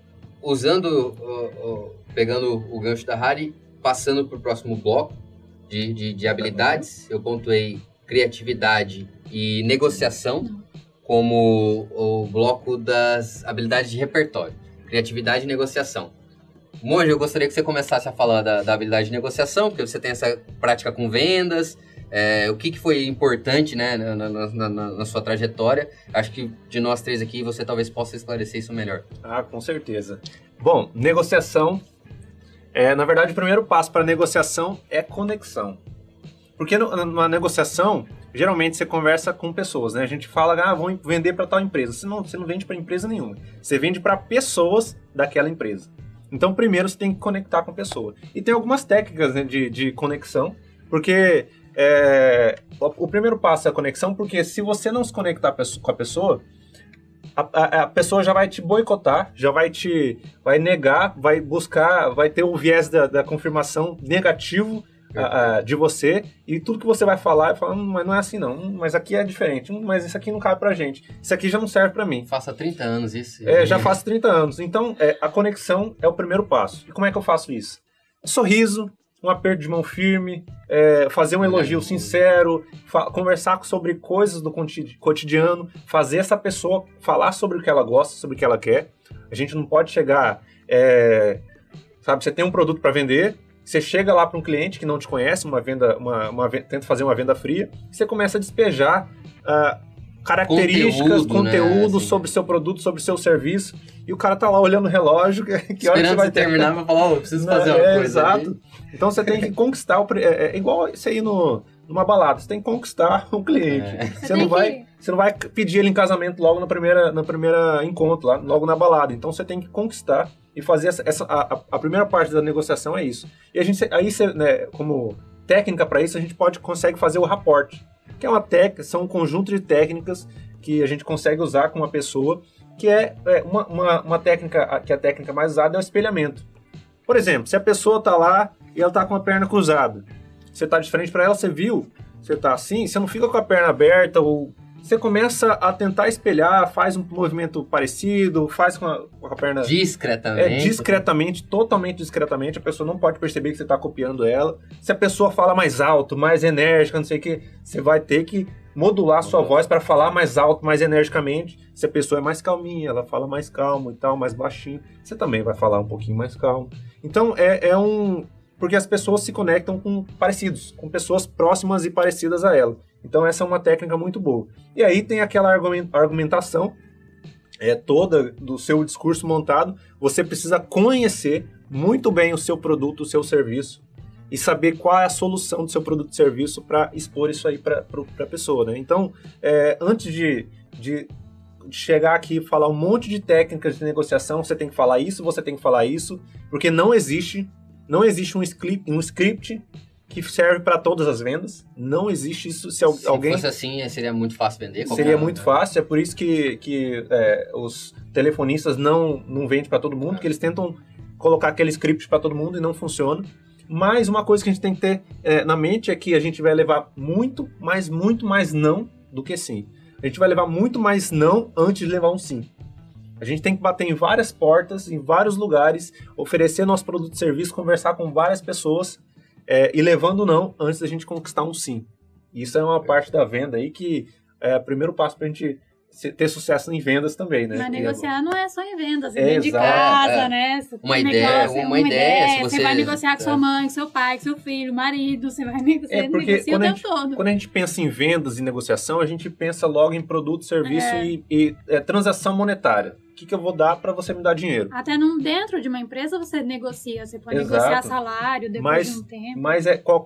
Pegando o gancho da Hari, passando para o próximo bloco de habilidades, eu pontuei criatividade e negociação como o bloco das habilidades de repertório, criatividade e negociação. Monge, eu gostaria que você começasse a falar da habilidade de negociação, porque você tem essa prática com vendas, o que foi importante, né, na sua trajetória. Acho que de nós três aqui, você talvez possa esclarecer isso melhor. Com certeza. Bom, negociação, na verdade, o primeiro passo para negociação é conexão. Porque numa negociação, geralmente você conversa com pessoas, né? A gente fala, vou vender para tal empresa. Você não vende para empresa nenhuma. Você vende para pessoas daquela empresa. Então, primeiro, você tem que conectar com a pessoa. E tem algumas técnicas, né, de conexão, porque o primeiro passo é a conexão, porque se você não se conectar com a pessoa, a pessoa já vai te boicotar, vai negar, vai buscar, vai ter o viés da confirmação negativo de você, e tudo que você vai falar, mas não é assim não, mas aqui é diferente, mas isso aqui não cabe pra gente, isso aqui já não serve pra mim. Faço há 30 anos isso. Já faço 30 anos, então a conexão é o primeiro passo. E como é que eu faço isso? Sorriso, um aperto de mão firme, fazer um elogio sincero, conversar sobre coisas do cotidiano, fazer essa pessoa falar sobre o que ela gosta, sobre o que ela quer. A gente não pode chegar, você tem um produto para vender, você chega lá para um cliente que não te conhece, tenta fazer uma venda fria, você começa a despejar características, conteúdo, né? Sobre seu produto, sobre seu serviço, e o cara tá lá olhando o relógio, que hora que você vai terminar, vai falar, eu preciso fazer uma coisa. Exato. Ali. Então você tem que conquistar, é igual você ir numa balada, você tem que conquistar o cliente. Você não vai pedir ele em casamento logo na primeira encontro, logo na balada. Então você tem que conquistar e fazer a primeira parte da negociação é isso. E né, como técnica para isso, a gente consegue fazer o rapport, que é são um conjunto de técnicas que a gente consegue usar com uma pessoa, que uma técnica, que a técnica mais usada é o espelhamento. Por exemplo, se a pessoa está lá e ela está com a perna cruzada, você está de frente para ela, você viu, você está assim, você não fica com a perna aberta, ou você começa a tentar espelhar, faz um movimento parecido, faz com a perna... Discretamente. Discretamente, totalmente discretamente, a pessoa não pode perceber que você está copiando ela. Se a pessoa fala mais alto, mais enérgica, não sei o que, você vai ter que modular a sua voz para falar mais alto, mais energicamente. Se a pessoa é mais calminha, ela fala mais calmo e tal, mais baixinho, você também vai falar um pouquinho mais calmo. Então, porque as pessoas se conectam com parecidos, com pessoas próximas e parecidas a ela. Então essa é uma técnica muito boa. E aí tem aquela argumentação toda do seu discurso montado. Você precisa conhecer muito bem o seu produto, o seu serviço, e saber qual é a solução do seu produto e serviço para expor isso aí para a pessoa, né? Então, antes de chegar aqui e falar um monte de técnicas de negociação, você tem que falar isso, você tem que falar isso, porque não existe um script que serve para todas as vendas. Não existe isso. Se alguém fosse assim, seria muito fácil vender. Seria muito fácil. É por isso que os telefonistas não vendem para todo mundo, porque eles tentam colocar aquele script para todo mundo e não funciona. Mas uma coisa que a gente tem que ter na mente é que a gente vai levar muito mais não do que sim. A gente vai levar muito mais não antes de levar um sim. A gente tem que bater em várias portas, em vários lugares, oferecer nosso produto e serviço, conversar com várias pessoas, e levando não antes da gente conquistar um sim. Isso é uma parte da venda aí que é o primeiro passo para a gente ter sucesso em vendas também, né? Mas negociar não é só em vendas, é dentro de casa, né? Uma ideia. Se você vai negociar com sua mãe, com seu pai, com seu filho, marido, você vai negociar o tempo todo. Quando a gente pensa em vendas e negociação, a gente pensa logo em produto, serviço e transação monetária. O que eu vou dar para você me dar dinheiro? Até dentro de uma empresa você negocia, você pode negociar salário depois de um tempo. Mas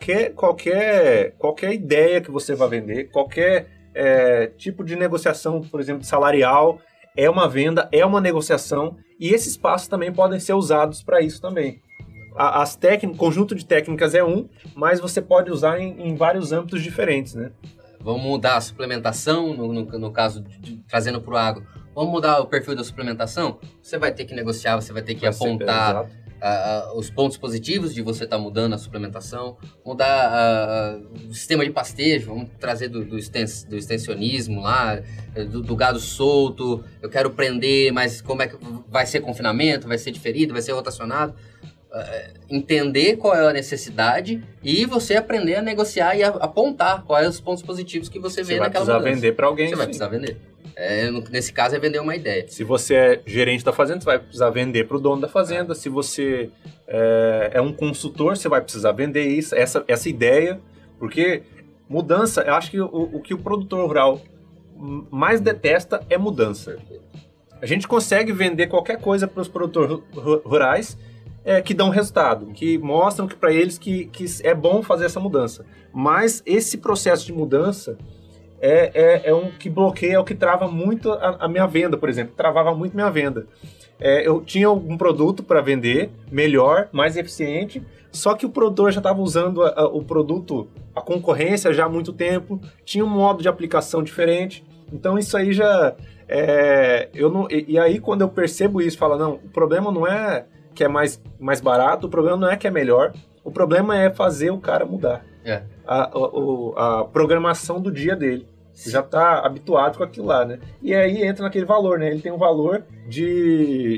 qualquer ideia que você vai vender, qualquer tipo de negociação, por exemplo, salarial, é uma venda, é uma negociação, e esses passos também podem ser usados para isso também. Conjunto de técnicas é mas você pode usar em vários âmbitos diferentes, né? Vamos mudar a suplementação, no caso, trazendo para o agro. Vamos mudar o perfil da suplementação? Você vai ter que negociar, você vai ter que apontar os pontos positivos de você estar mudando a suplementação, mudar o sistema de pastejo, vamos trazer do extensionismo lá, do gado solto, eu quero prender, mas como é que vai ser confinamento, vai ser diferido, vai ser rotacionado? Entender qual é a necessidade e você aprender a negociar e apontar quais os pontos positivos que você vê naquela mudança. Você vai precisar vender para alguém. Você vai precisar vender. Nesse caso é vender uma ideia. Se você é gerente da fazenda, você vai precisar vender para o dono da fazenda. Se você é um consultor, você vai precisar vender isso, essa ideia. Porque mudança, eu acho que o que o produtor rural mais detesta é mudança. A gente consegue vender qualquer coisa para os produtores rurais que dão resultado, que mostram que para eles que é bom fazer essa mudança. Mas esse processo de mudança é um que bloqueia, é o que trava muito a minha venda, por exemplo. Travava muito minha venda. Eu tinha algum produto para vender, melhor, mais eficiente, só que o produtor já estava usando o produto, a concorrência já há muito tempo, tinha um modo de aplicação diferente. Então isso aí já... E aí quando eu percebo isso, falo, não, o problema não é que é mais barato, o problema não é que é melhor, o problema é fazer o cara mudar. A programação do dia dele. Já está habituado com aquilo lá, né? E aí entra naquele valor, né? Ele tem um valor de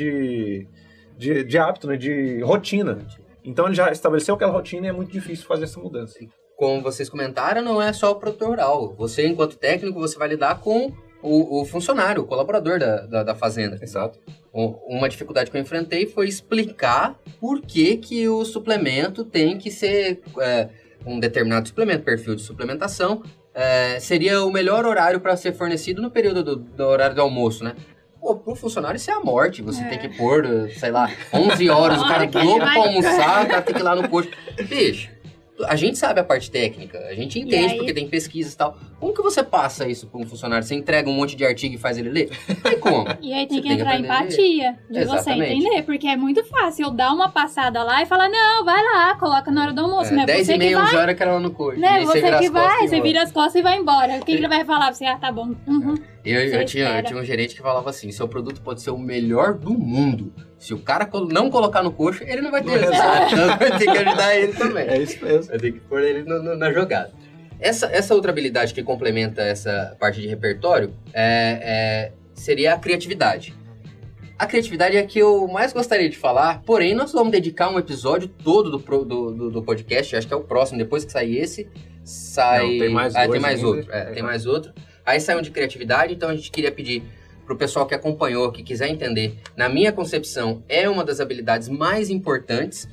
hábito, né? De rotina. Então ele já estabeleceu aquela rotina e é muito difícil fazer essa mudança. Como vocês comentaram, não é só o produtor rural. Você, enquanto técnico, você vai lidar com o funcionário, o colaborador da fazenda. Exato. Uma dificuldade que eu enfrentei foi explicar por que o suplemento tem que ser um determinado suplemento, perfil de suplementação, seria o melhor horário para ser fornecido no período do horário do almoço, né? Pô, pro funcionário isso é a morte. Você tem que pôr, sei lá, 11 horas, o cara louco pra almoçar, o cara tem que ir lá no posto. Bicho, a gente sabe a parte técnica, a gente entende porque tem pesquisas e tal. Como que você passa isso para um funcionário? Você entrega um monte de artigo e faz ele ler? Não tem como. E aí tem que entrar a empatia de você entender, porque é muito fácil eu dar uma passada lá e falar, não, vai lá, coloca na hora do almoço. Né? 10h30, 11 horas que era lá no coxo. Né? Você que vai, você vira as costas e vai embora. O que ele vai falar pra você? Ah, tá bom. Uhum. Eu tinha um gerente que falava assim, seu produto pode ser o melhor do mundo. Se o cara não colocar no coxo, ele não vai ter resultado. Então vai ter que ajudar ele também. É isso mesmo. Vai ter que pôr ele na jogada. Essa outra habilidade que complementa essa parte de repertório seria a criatividade. A criatividade é a que eu mais gostaria de falar, porém nós vamos dedicar um episódio todo do podcast, acho que é o próximo, depois que sair esse, sai... Não, tem mais outro. Tem mais outro. Aí sai um de criatividade, então a gente queria pedir pro pessoal que acompanhou, que quiser entender, na minha concepção, é uma das habilidades mais importantes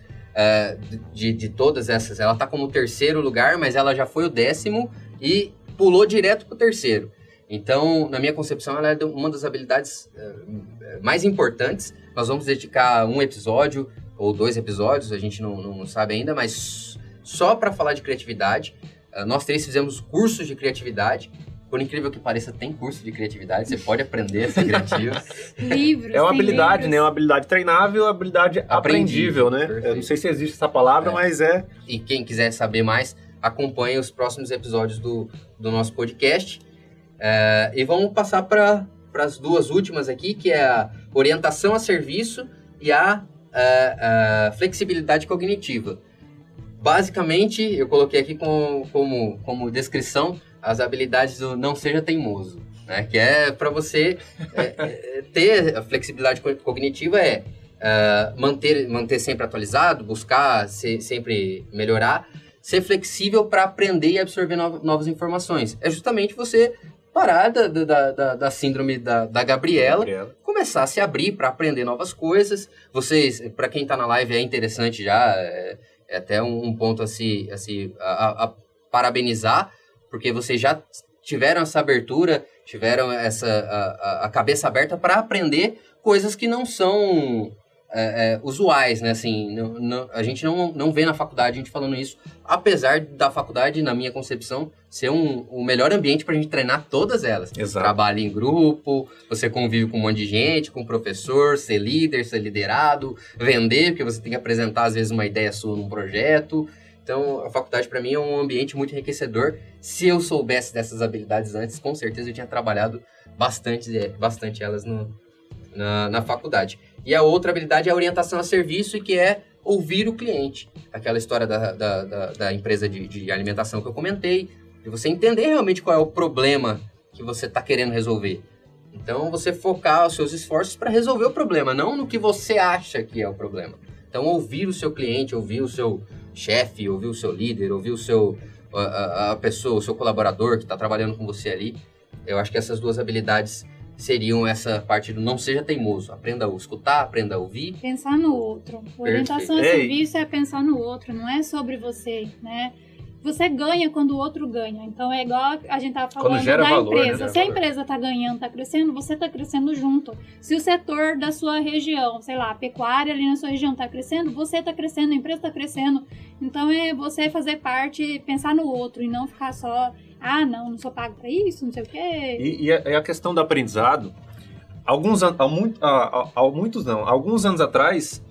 de todas essas. Ela tá como o 3º lugar, mas ela já foi o 10º e pulou direto pro 3º. Então, na minha concepção, ela é uma das habilidades mais importantes. Nós vamos dedicar um episódio ou 2 episódios, a gente não sabe ainda, mas só para falar de criatividade. Nós 3 fizemos cursos de criatividade. Por incrível que pareça, tem curso de criatividade, você pode aprender a ser criativo. Livros. É uma habilidade, né? Uma habilidade treinável, uma habilidade aprendível, né? Perfeito. Eu não sei se existe essa palavra, mas é... E quem quiser saber mais, acompanhe os próximos episódios do nosso podcast. E vamos passar para as 2 últimas aqui, que é a orientação a serviço e a flexibilidade cognitiva. Basicamente, eu coloquei aqui como descrição as habilidades do não seja teimoso, né? Que é para você ter a flexibilidade cognitiva, manter sempre atualizado, buscar sempre melhorar, ser flexível para aprender e absorver novas informações. É justamente você parar da síndrome da Gabriela, começar a se abrir para aprender novas coisas. Vocês, para quem está na live, é interessante já, é até um ponto a parabenizar, porque vocês já tiveram essa abertura, tiveram a cabeça aberta para aprender coisas que não são usuais, né? Assim, a gente não vê na faculdade a gente falando isso, apesar da faculdade, na minha concepção, ser o melhor ambiente para a gente treinar todas elas. Exato. Trabalho em grupo, você convive com um monte de gente, com o professor, ser líder, ser liderado, vender, porque você tem que apresentar, às vezes, uma ideia sua num projeto. Então, a faculdade, para mim, é um ambiente muito enriquecedor. Se eu soubesse dessas habilidades antes, com certeza eu tinha trabalhado bastante elas na faculdade. E a outra habilidade é a orientação a serviço, que é ouvir o cliente. Aquela história da empresa de alimentação que eu comentei, de você entender realmente qual é o problema que você está querendo resolver. Então, você focar os seus esforços para resolver o problema, não no que você acha que é o problema. Então, ouvir o seu cliente, ouvir o seu chefe, ouvir o seu líder, ouvir a pessoa, o seu colaborador que está trabalhando com você ali, Eu acho que essas duas habilidades seriam essa parte do não seja teimoso. Aprenda a escutar, aprenda a ouvir. Pensar no outro. Orientação a serviço é pensar no outro, não é sobre você, né? Você ganha quando o outro ganha. Então é igual a gente estava falando da valor, empresa. Né? Se a empresa está ganhando, está crescendo, você está crescendo junto. Se o setor da sua região, sei lá, a pecuária ali na sua região está crescendo, você está crescendo, a empresa está crescendo. Então é você fazer parte, pensar no outro e não ficar só, não sou pago para isso, não sei o quê. E a questão do aprendizado, alguns anos atrás,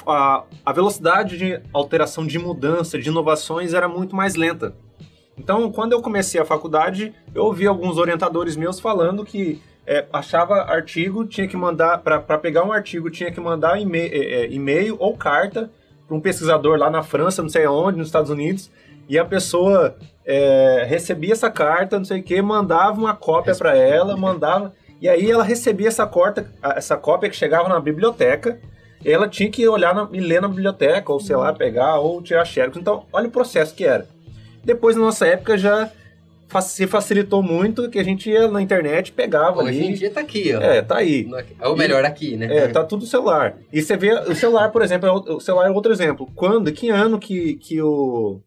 a velocidade de alteração, de mudança, de inovações era muito mais lenta. Então, quando eu comecei a faculdade, eu ouvi alguns orientadores meus falando que achava artigo, tinha que mandar, para pegar um artigo, tinha que mandar e-mail ou carta para um pesquisador lá na França, não sei aonde, nos Estados Unidos, e a pessoa recebia essa carta, não sei o que, mandava uma cópia para ela, e aí ela recebia essa cópia que chegava na biblioteca. Ela tinha que olhar e ler na biblioteca, ou sei lá, pegar, ou tirar xerox. Então, olha o processo que era. Depois, na nossa época, já se facilitou muito, que a gente ia na internet, pegava ali. Hoje em dia tá aqui, ó. Tá aí. Ou melhor, aqui, né? Tá tudo no celular. E você vê, o celular, por exemplo, o celular é outro exemplo. Que ano que o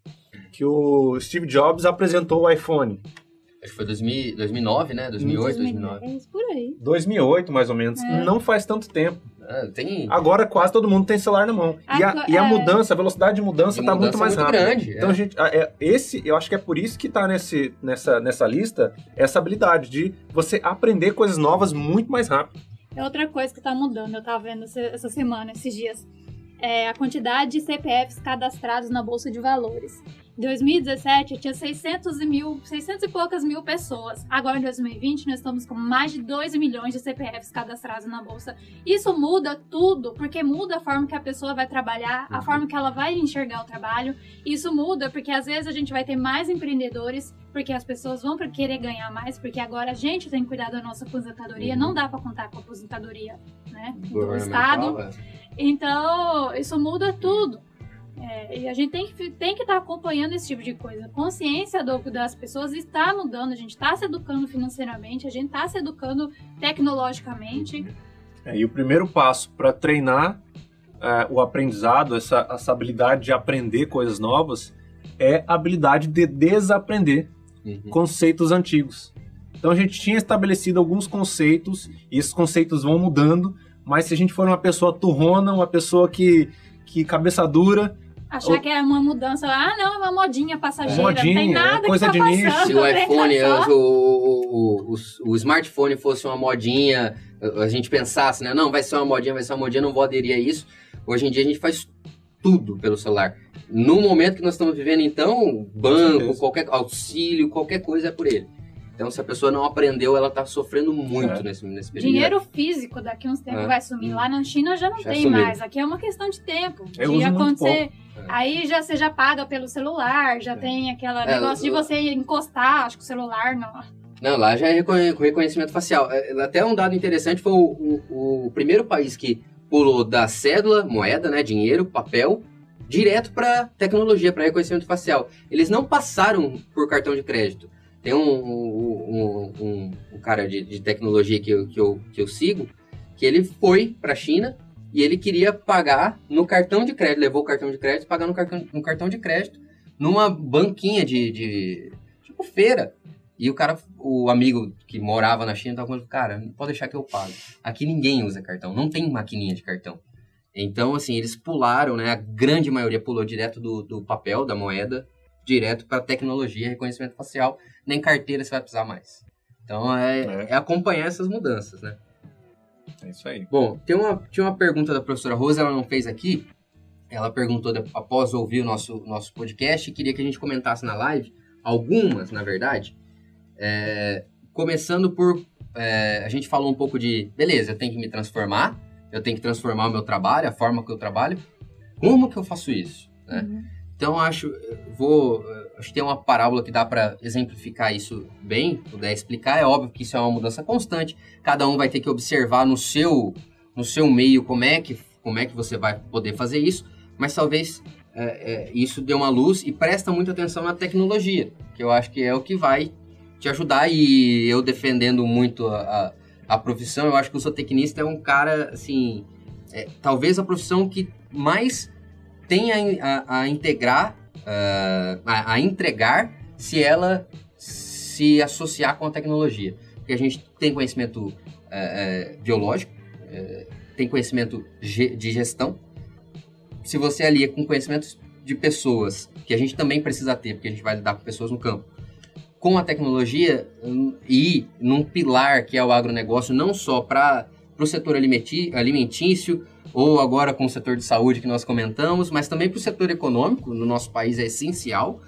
Steve Jobs apresentou o iPhone? Acho que foi 2009, né? 2008, 2009. Por aí. 2008, mais ou menos. Não faz tanto tempo. Agora quase todo mundo tem celular na mão. E a mudança, a velocidade de mudança está muito mais rápida. Grande. Então, gente, eu acho que é por isso que está nessa lista essa habilidade de você aprender coisas novas muito mais rápido. É outra coisa que está mudando. Eu estava vendo essa semana, esses dias. A quantidade de CPFs cadastrados na Bolsa de Valores. Em 2017, tinha 600 e poucas mil pessoas. Agora, em 2020, nós estamos com mais de 2 milhões de CPFs cadastrados na Bolsa. Isso muda tudo, porque muda a forma que a pessoa vai trabalhar, a forma que ela vai enxergar o trabalho. Isso muda porque, às vezes, a gente vai ter mais empreendedores, porque as pessoas vão querer ganhar mais, porque agora a gente tem que cuidar da nossa aposentadoria. Não dá para contar com a aposentadoria, né, do Estado. Então, isso muda tudo. E a gente tem que estar acompanhando esse tipo de coisa. A consciência das pessoas está mudando, a gente está se educando financeiramente, a gente está se educando tecnologicamente. E o primeiro passo para treinar o aprendizado, essa habilidade de aprender coisas novas, é a habilidade de desaprender conceitos antigos. Então a gente tinha estabelecido alguns conceitos, e esses conceitos vão mudando, mas se a gente for uma pessoa turrona, uma pessoa que cabeça dura... Achar que é uma mudança, não, é uma modinha passageira, não tem nada coisa que tá de passando. Se o iPhone, o smartphone fosse uma modinha, a gente pensasse, né, não, vai ser uma modinha, não vou aderir a isso. Hoje em dia a gente faz tudo pelo celular. No momento que nós estamos vivendo, então, banco, qualquer auxílio, qualquer coisa é por ele. Então, se a pessoa não aprendeu, ela está sofrendo muito nesse período. Dinheiro físico, daqui a uns tempos vai sumir. Lá na China já não tem mais. Aqui é uma questão de tempo. De acontecer. Aí você já paga pelo celular, já tem aquele negócio de você encostar, acho que o celular não... Não, lá já é com reconhecimento facial. Até um dado interessante foi o primeiro país que pulou da cédula, moeda, né, dinheiro, papel, direto para tecnologia, para reconhecimento facial. Eles não passaram por cartão de crédito. Tem um cara de tecnologia que eu sigo, que ele foi para a China e ele queria pagar no cartão de crédito, levou o cartão de crédito, pagar no cartão de crédito, numa banquinha de tipo feira. E o amigo que morava na China tava falando, cara, não pode deixar que eu pago. Aqui ninguém usa cartão, não tem maquininha de cartão. Então, assim, eles pularam, né? A grande maioria pulou direto do papel, da moeda, direto para tecnologia, reconhecimento facial. Nem carteira você vai precisar mais. Então, é acompanhar essas mudanças, né? É isso aí. Bom, tinha uma pergunta da professora Rosa, ela não fez aqui. Ela perguntou após ouvir o nosso podcast e queria que a gente comentasse na live, algumas, na verdade. Começando por... a gente falou um pouco de... Beleza, eu tenho que me transformar. Eu tenho que transformar o meu trabalho, a forma que eu trabalho. Como que eu faço isso? Né? Então, acho que tem uma parábola que dá para exemplificar isso bem, puder explicar. É óbvio que isso é uma mudança constante. Cada um vai ter que observar no seu meio como é que você vai poder fazer isso. Mas talvez isso dê uma luz e presta muita atenção na tecnologia, que eu acho que é o que vai te ajudar. E eu defendendo muito a profissão, eu acho que o zootecnista é um cara, assim, talvez a profissão que mais tem a integrar, a entregar, se ela se associar com a tecnologia. Porque a gente tem conhecimento biológico, tem conhecimento de gestão. Se você alia com conhecimentos de pessoas, que a gente também precisa ter, porque a gente vai lidar com pessoas no campo, com a tecnologia e num pilar que é o agronegócio, não só para o setor alimentício, ou agora com o setor de saúde que nós comentamos, mas também para o setor econômico. No nosso país é essencial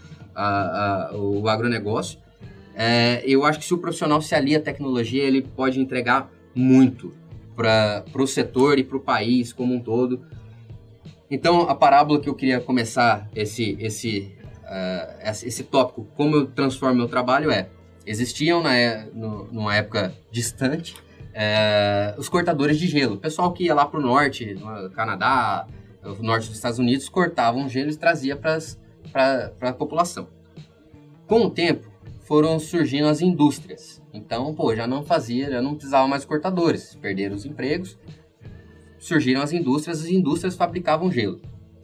o agronegócio. Eu acho que se o profissional se alia à tecnologia, ele pode entregar muito para o setor e para o país como um todo. Então, a parábola que eu queria começar esse tópico, como eu transformo meu trabalho, existiam numa época distante os cortadores de gelo. O pessoal que ia lá para o norte, no Canadá, no norte dos Estados Unidos, cortavam gelo e trazia para a população. Com o tempo, foram surgindo as indústrias. Então, já não precisava mais cortadores, perderam os empregos. Surgiram as indústrias fabricavam gelo.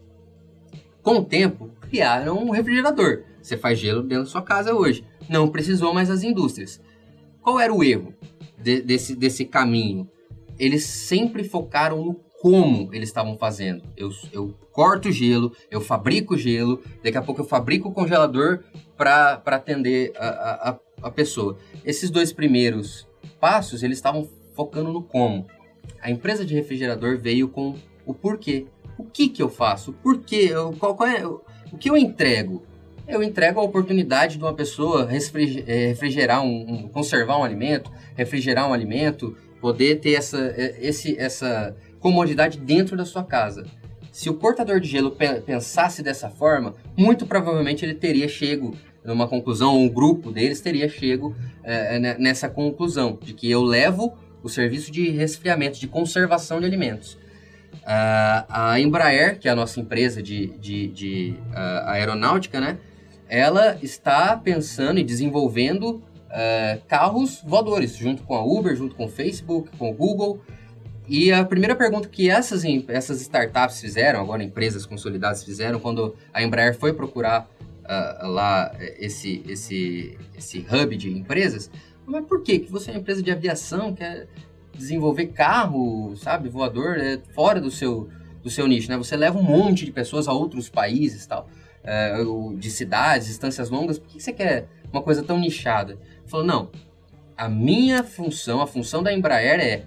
Com o tempo, criaram um refrigerador. Você faz gelo dentro da sua casa hoje. Não precisou mais as indústrias. Qual era o erro desse caminho? Eles sempre focaram no como eles estavam fazendo. Eu corto gelo, eu fabrico gelo, daqui a pouco eu fabrico o congelador para atender a pessoa. Esses 2 primeiros passos, eles estavam focando no como. A empresa de refrigerador veio com o porquê. O que eu faço? O porquê? O que eu entrego? Eu entrego a oportunidade de uma pessoa refrigerar conservar um alimento, refrigerar um alimento, poder ter essa comodidade dentro da sua casa. Se o cortador de gelo pensasse dessa forma, muito provavelmente ele teria chego numa conclusão, ou um grupo deles teria chego nessa conclusão, de que eu levo o serviço de resfriamento, de conservação de alimentos. A Embraer, que é a nossa empresa de aeronáutica, né? Ela está pensando e desenvolvendo carros voadores, junto com a Uber, junto com o Facebook, com o Google. E a primeira pergunta que essas startups fizeram, agora empresas consolidadas fizeram, quando a Embraer foi procurar lá esse hub de empresas, mas por quê? Que você é uma empresa de aviação, quer desenvolver carro, sabe, voador, fora do seu nicho, né? Você leva um monte de pessoas a outros países, tal, de cidades, distâncias longas, por que você quer uma coisa tão nichada? Ele falou, não, a minha função, a função da Embraer é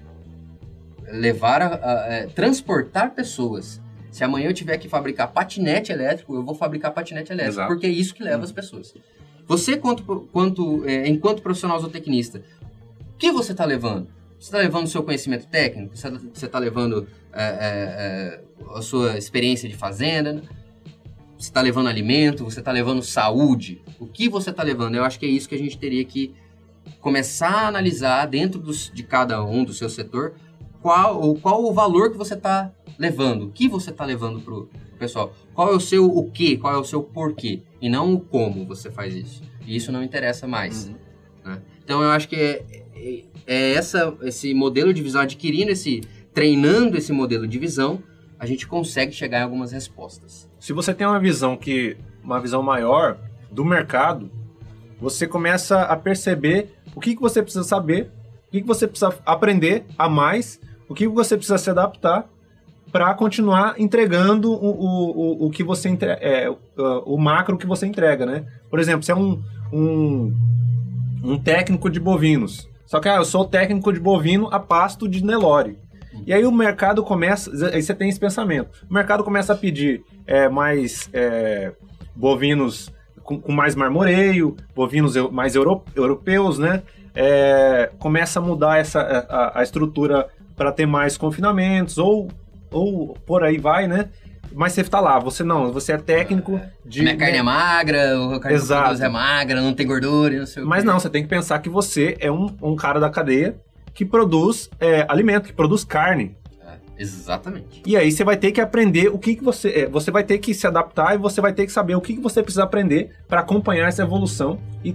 transportar pessoas. Se amanhã eu tiver que fabricar patinete elétrico, eu vou fabricar patinete elétrico. Exato. Porque é isso que leva as pessoas. Você, enquanto profissional zootecnista, o que você está levando? Você está levando o seu conhecimento técnico? Você está levando a sua experiência de fazenda? Você está levando alimento? Você está levando saúde? O que você está levando? Eu acho que é isso que a gente teria que começar a analisar dentro de cada um do seu setor. Qual o valor que você está levando? O que você está levando para o pessoal? Qual é o seu o quê? Qual é o seu porquê? E não o como você faz isso. E isso não interessa mais. Uhum. Né? Então, eu acho que esse modelo de visão, treinando esse modelo de visão, a gente consegue chegar em algumas respostas. Se você tem uma visão maior do mercado, você começa a perceber o que você precisa saber, o que você precisa aprender a mais, o que você precisa se adaptar para continuar entregando o que você o macro que você entrega, né? Por exemplo, você é um técnico de bovinos, só que eu sou técnico de bovino a pasto de Nelore. E aí o mercado começa, aí você tem esse pensamento, o mercado começa a pedir mais bovinos com mais marmoreio, bovinos mais europeus, né? Começa a mudar a estrutura para ter mais confinamentos, ou por aí vai, né? Mas você tá lá, você é técnico de... Minha carne é magra, a carne do produto é magra, não tem gordura, não sei o quê. Mas não, você tem que pensar que você é um cara da cadeia que produz alimento, que produz carne. Exatamente. E aí você vai ter que aprender o que você... você vai ter que se adaptar e você vai ter que saber o que você precisa aprender para acompanhar essa evolução e tá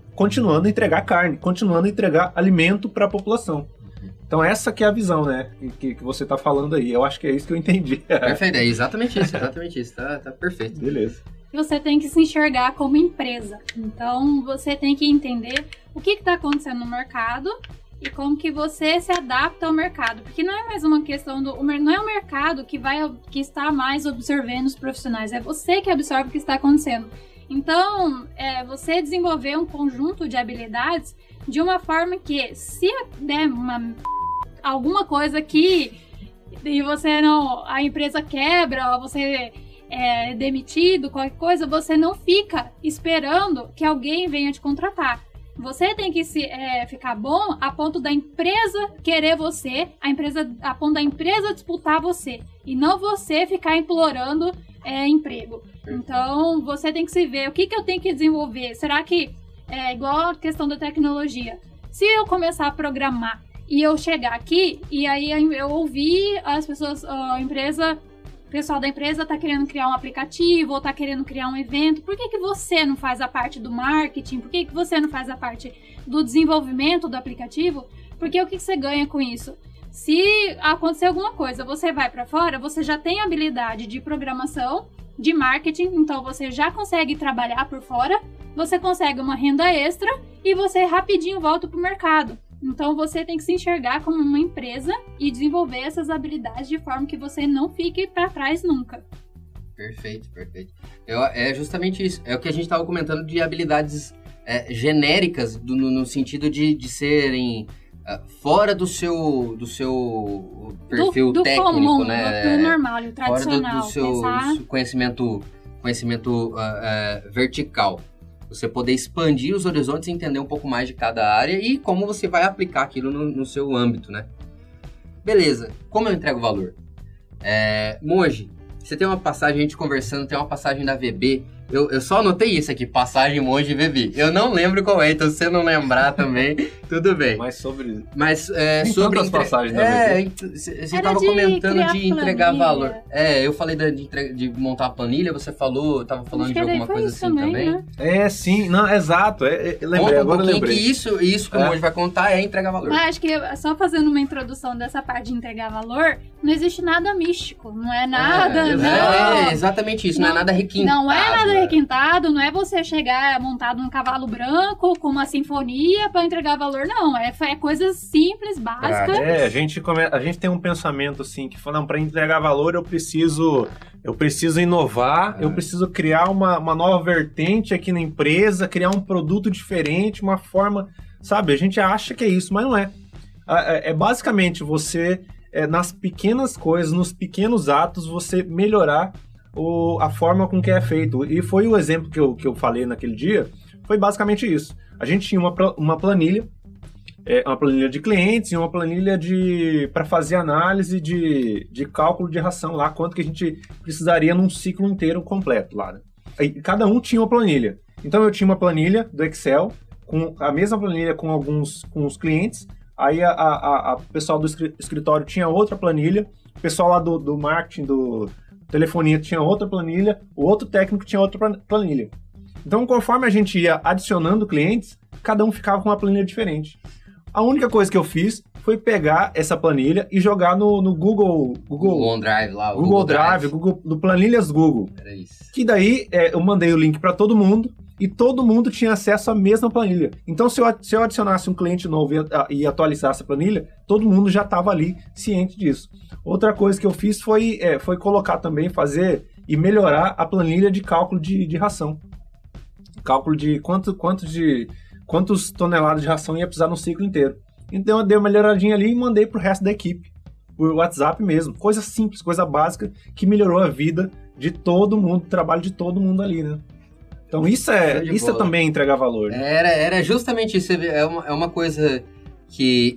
continuando a entregar carne, continuando a entregar alimento para a população. Então essa que é a visão, né, que você está falando aí. Eu acho que é isso que eu entendi. Perfeito, é exatamente isso. Tá perfeito. Beleza. Você tem que se enxergar como empresa. Então, você tem que entender o que está acontecendo no mercado e como que você se adapta ao mercado. Porque não é mais uma questão não é o mercado que está mais observando os profissionais, é você que absorve o que está acontecendo. Então, você desenvolver um conjunto de habilidades de uma forma que, se der alguma coisa aqui e a empresa quebra, ou você é demitido, qualquer coisa, você não fica esperando que alguém venha te contratar. Você tem que ficar bom a ponto da empresa querer você, a ponto da empresa disputar você, e não você ficar implorando emprego. Então, você tem que se ver, o que eu tenho que desenvolver? Será que é igual a questão da tecnologia? Se eu começar a programar e eu chegar aqui, e aí eu ouvir as pessoas, o pessoal da empresa está querendo criar um aplicativo ou está querendo criar um evento, por que você não faz a parte do marketing? Por que você não faz a parte do desenvolvimento do aplicativo? Porque o que você ganha com isso? Se acontecer alguma coisa, você vai para fora, você já tem habilidade de programação, de marketing, então você já consegue trabalhar por fora, você consegue uma renda extra e você rapidinho volta para o mercado. Então, você tem que se enxergar como uma empresa e desenvolver essas habilidades de forma que você não fique para trás nunca. Perfeito. É justamente isso. É o que a gente estava comentando de habilidades genéricas, no sentido de serem fora do seu perfil do técnico, comum, né? Do normal, do tradicional. Fora do seu conhecimento vertical. Você poder expandir os horizontes e entender um pouco mais de cada área e como você vai aplicar aquilo no seu âmbito, né? Beleza, como eu entrego valor? Moji, você tem uma passagem, a gente conversando, tem uma passagem da VB. Eu só anotei isso aqui, passagem Moji VB. Eu não lembro qual é, então se você não lembrar também, tudo bem. Mas sobre... sobre as passagens da VB. Você estava comentando de entregar valor. Eu falei de montar a planilha, você estava falando de alguma coisa assim também. Né? Sim, não, exato. Lembrei, agora eu lembrei. Que isso que o Moji vai contar é entregar valor. Mas acho que só fazendo uma introdução dessa parte de entregar valor, não existe nada místico, não é nada... É exatamente isso, não é nada requintado. Não é nada requintado, não é você chegar montado num cavalo branco com uma sinfonia para entregar valor, não. É coisas simples, básicas. A gente tem um pensamento assim, que não, para entregar valor eu preciso inovar, eu preciso criar uma nova vertente aqui na empresa, criar um produto diferente, uma forma, sabe? A gente acha que é isso, mas não é. É basicamente você, nas pequenas coisas, nos pequenos atos, você melhorar a forma com que é feito. E foi o exemplo que eu falei naquele dia, foi basicamente isso. A gente tinha uma planilha, uma planilha de clientes e uma planilha para fazer análise de cálculo de ração lá, quanto que a gente precisaria num ciclo inteiro completo lá, né? E cada um tinha uma planilha. Então eu tinha uma planilha do Excel, com a mesma planilha com os clientes, aí a pessoal do escritório tinha outra planilha, o pessoal lá do marketing, do telefonia tinha outra planilha, o outro técnico tinha outra planilha. Então, conforme a gente ia adicionando clientes, cada um ficava com uma planilha diferente. A única coisa que eu fiz foi pegar essa planilha e jogar no Google OneDrive lá. Google Drive, do Planilhas Google. Era isso. Que daí eu mandei o link para todo mundo e todo mundo tinha acesso à mesma planilha. Então, se eu adicionasse um cliente novo e atualizasse a planilha, todo mundo já estava ali ciente disso. Outra coisa que eu fiz foi colocar também, fazer e melhorar a planilha de cálculo de ração. Cálculo de quantas toneladas de ração ia precisar no ciclo inteiro. Então eu dei uma melhoradinha ali e mandei pro resto da equipe, por WhatsApp mesmo. Coisa simples, coisa básica, que melhorou a vida de todo mundo, o trabalho de todo mundo ali, né? Então isso é também entregar valor. Né? Era justamente isso. É uma coisa que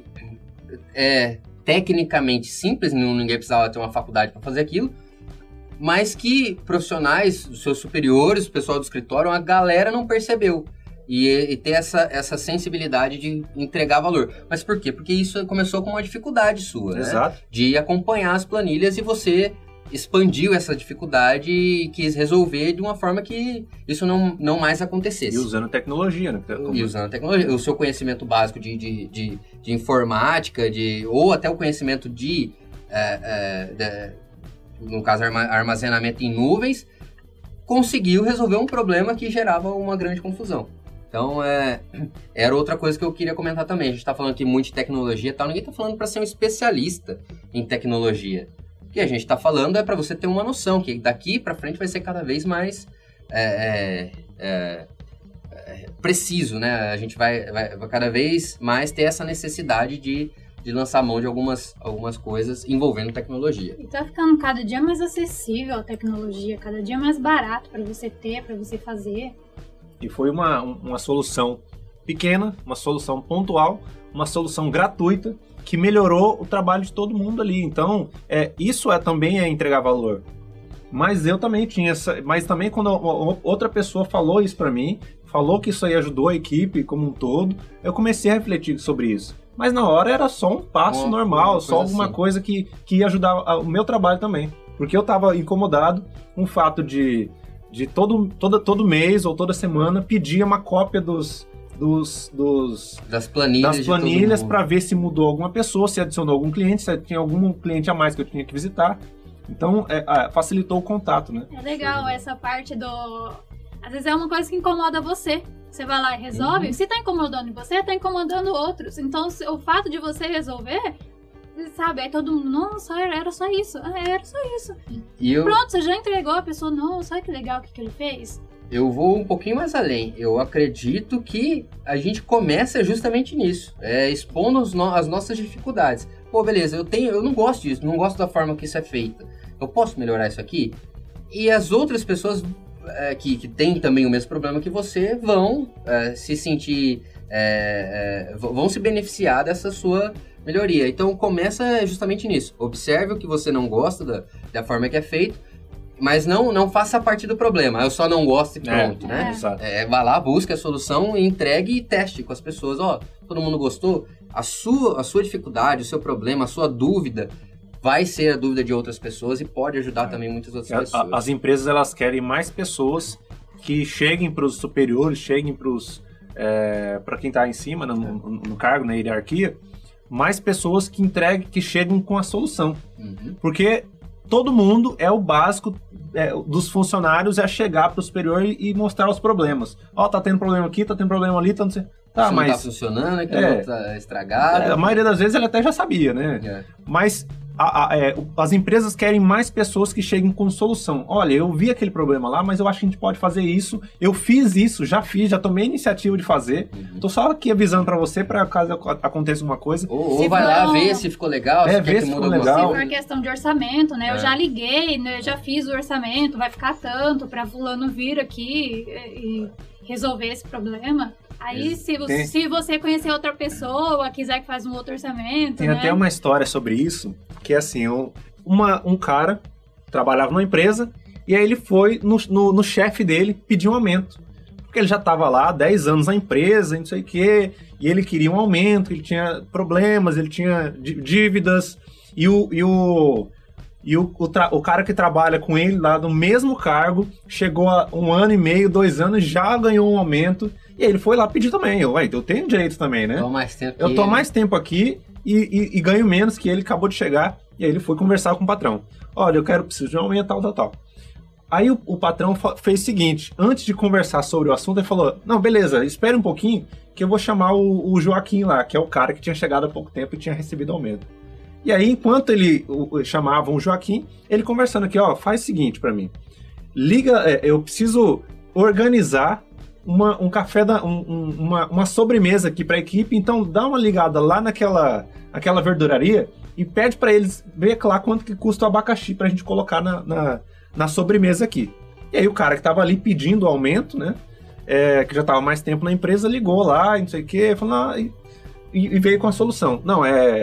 é tecnicamente simples, ninguém precisava ter uma faculdade para fazer aquilo, mas que profissionais, os seus superiores, o pessoal do escritório, a galera não percebeu. E ter essa sensibilidade de entregar valor. Mas por quê? Porque isso começou com uma dificuldade sua, Exato. Né? De acompanhar as planilhas e você expandiu essa dificuldade e quis resolver de uma forma que isso não mais acontecesse. E usando tecnologia, né? O seu conhecimento básico de informática, ou até o conhecimento no caso, armazenamento em nuvens, conseguiu resolver um problema que gerava uma grande confusão. Então, era outra coisa que eu queria comentar também. A gente está falando aqui muito de tecnologia e tal, ninguém está falando para ser um especialista em tecnologia. O que a gente está falando é para você ter uma noção, que daqui para frente vai ser cada vez mais preciso, né? A gente vai cada vez mais ter essa necessidade de lançar mão de algumas coisas envolvendo tecnologia. E tá ficando cada dia mais acessível a tecnologia, cada dia mais barato para você ter, para você fazer. E foi uma solução pequena, uma solução pontual, uma solução gratuita que melhorou o trabalho de todo mundo ali. Então, isso também é entregar valor. Mas eu também tinha mas também quando outra pessoa falou isso para mim, falou que isso aí ajudou a equipe como um todo, eu comecei a refletir sobre isso. Mas na hora era só um passo normal, só alguma coisa que ia ajudar o meu trabalho também. Porque eu estava incomodado com o fato de todo mês ou toda semana pedir uma cópia das planilhas para ver se mudou alguma pessoa, se adicionou algum cliente, se tinha algum cliente a mais que eu tinha que visitar. Então, facilitou o contato, né? É legal essa parte Às vezes é uma coisa que incomoda você. Você vai lá e resolve. Se tá incomodando você, tá incomodando outros. Então, o fato de você resolver, sabe, aí todo mundo, nossa, era só isso. Era só isso. Pronto, você já entregou a pessoa, nossa, olha que legal o que ele fez. Eu vou um pouquinho mais além. Eu acredito que a gente começa justamente nisso. Expondo as nossas dificuldades. Pô, beleza, eu não gosto disso, não gosto da forma que isso é feito. Eu posso melhorar isso aqui? E as outras pessoas que têm também o mesmo problema que você vão se sentir... vão se beneficiar dessa sua melhoria. Então, começa justamente nisso. Observe o que você não gosta da forma que é feito, mas não faça parte do problema. Eu só não gosto e pronto, né? Exato. Vá lá, busque a solução, entregue e teste com as pessoas. Todo mundo gostou? A sua dificuldade, o seu problema, a sua dúvida vai ser a dúvida de outras pessoas e pode ajudar também muitas outras pessoas. As empresas, elas querem mais pessoas que cheguem para os superiores, cheguem para quem está em cima, no cargo, na hierarquia, mais pessoas que chegam com a solução. Porque todo mundo o básico dos funcionários chegar para o superior e mostrar os problemas. Tá tendo problema aqui, tá tendo problema ali, tá não sei... Mas não tá funcionando, aquilo tá estragado. A maioria das vezes ele até já sabia, né? Mas as empresas querem mais pessoas que cheguem com solução. Olha, eu vi aquele problema lá, mas eu acho que a gente pode fazer isso. Eu fiz isso, já tomei a iniciativa de fazer. Tô só aqui avisando pra você, pra caso aconteça alguma coisa. Ou vai lá ver se ficou legal, se ver se ficou legal. Se for questão de orçamento, né? Eu já liguei, né? Eu já fiz o orçamento, vai ficar tanto pra fulano vir aqui e resolver esse problema. Aí, se você conhecer outra pessoa, quiser que faz um outro orçamento, Tem até uma história sobre isso, que é assim, um cara trabalhava numa empresa, e aí ele foi no chefe dele pedir um aumento. Porque ele já estava lá há 10 anos na empresa, não sei o quê, e ele queria um aumento, ele tinha problemas, ele tinha dívidas, e o cara que trabalha com ele lá no mesmo cargo, chegou a 1 ano e meio, 2 anos, já ganhou um aumento, e aí ele foi lá pedir também. Eu tenho direito também, né? Eu tô mais tempo aqui e ganho menos que ele, acabou de chegar, e aí ele foi conversar com o patrão. Olha, preciso de um aumento, tal. Aí o patrão fez o seguinte, antes de conversar sobre o assunto, ele falou, não, beleza, espere um pouquinho, que eu vou chamar o Joaquim lá, que é o cara que tinha chegado há pouco tempo e tinha recebido aumento. E aí, enquanto ele chamava o Joaquim, ele conversando aqui, faz o seguinte pra mim. Liga, eu preciso organizar um café, uma sobremesa aqui pra equipe, então dá uma ligada lá naquela verduraria e pede pra eles ver lá quanto que custa o abacaxi pra gente colocar na sobremesa aqui. E aí o cara que tava ali pedindo o aumento, né, que já tava mais tempo na empresa, ligou lá e não sei o que, falou, e veio com a solução. Não,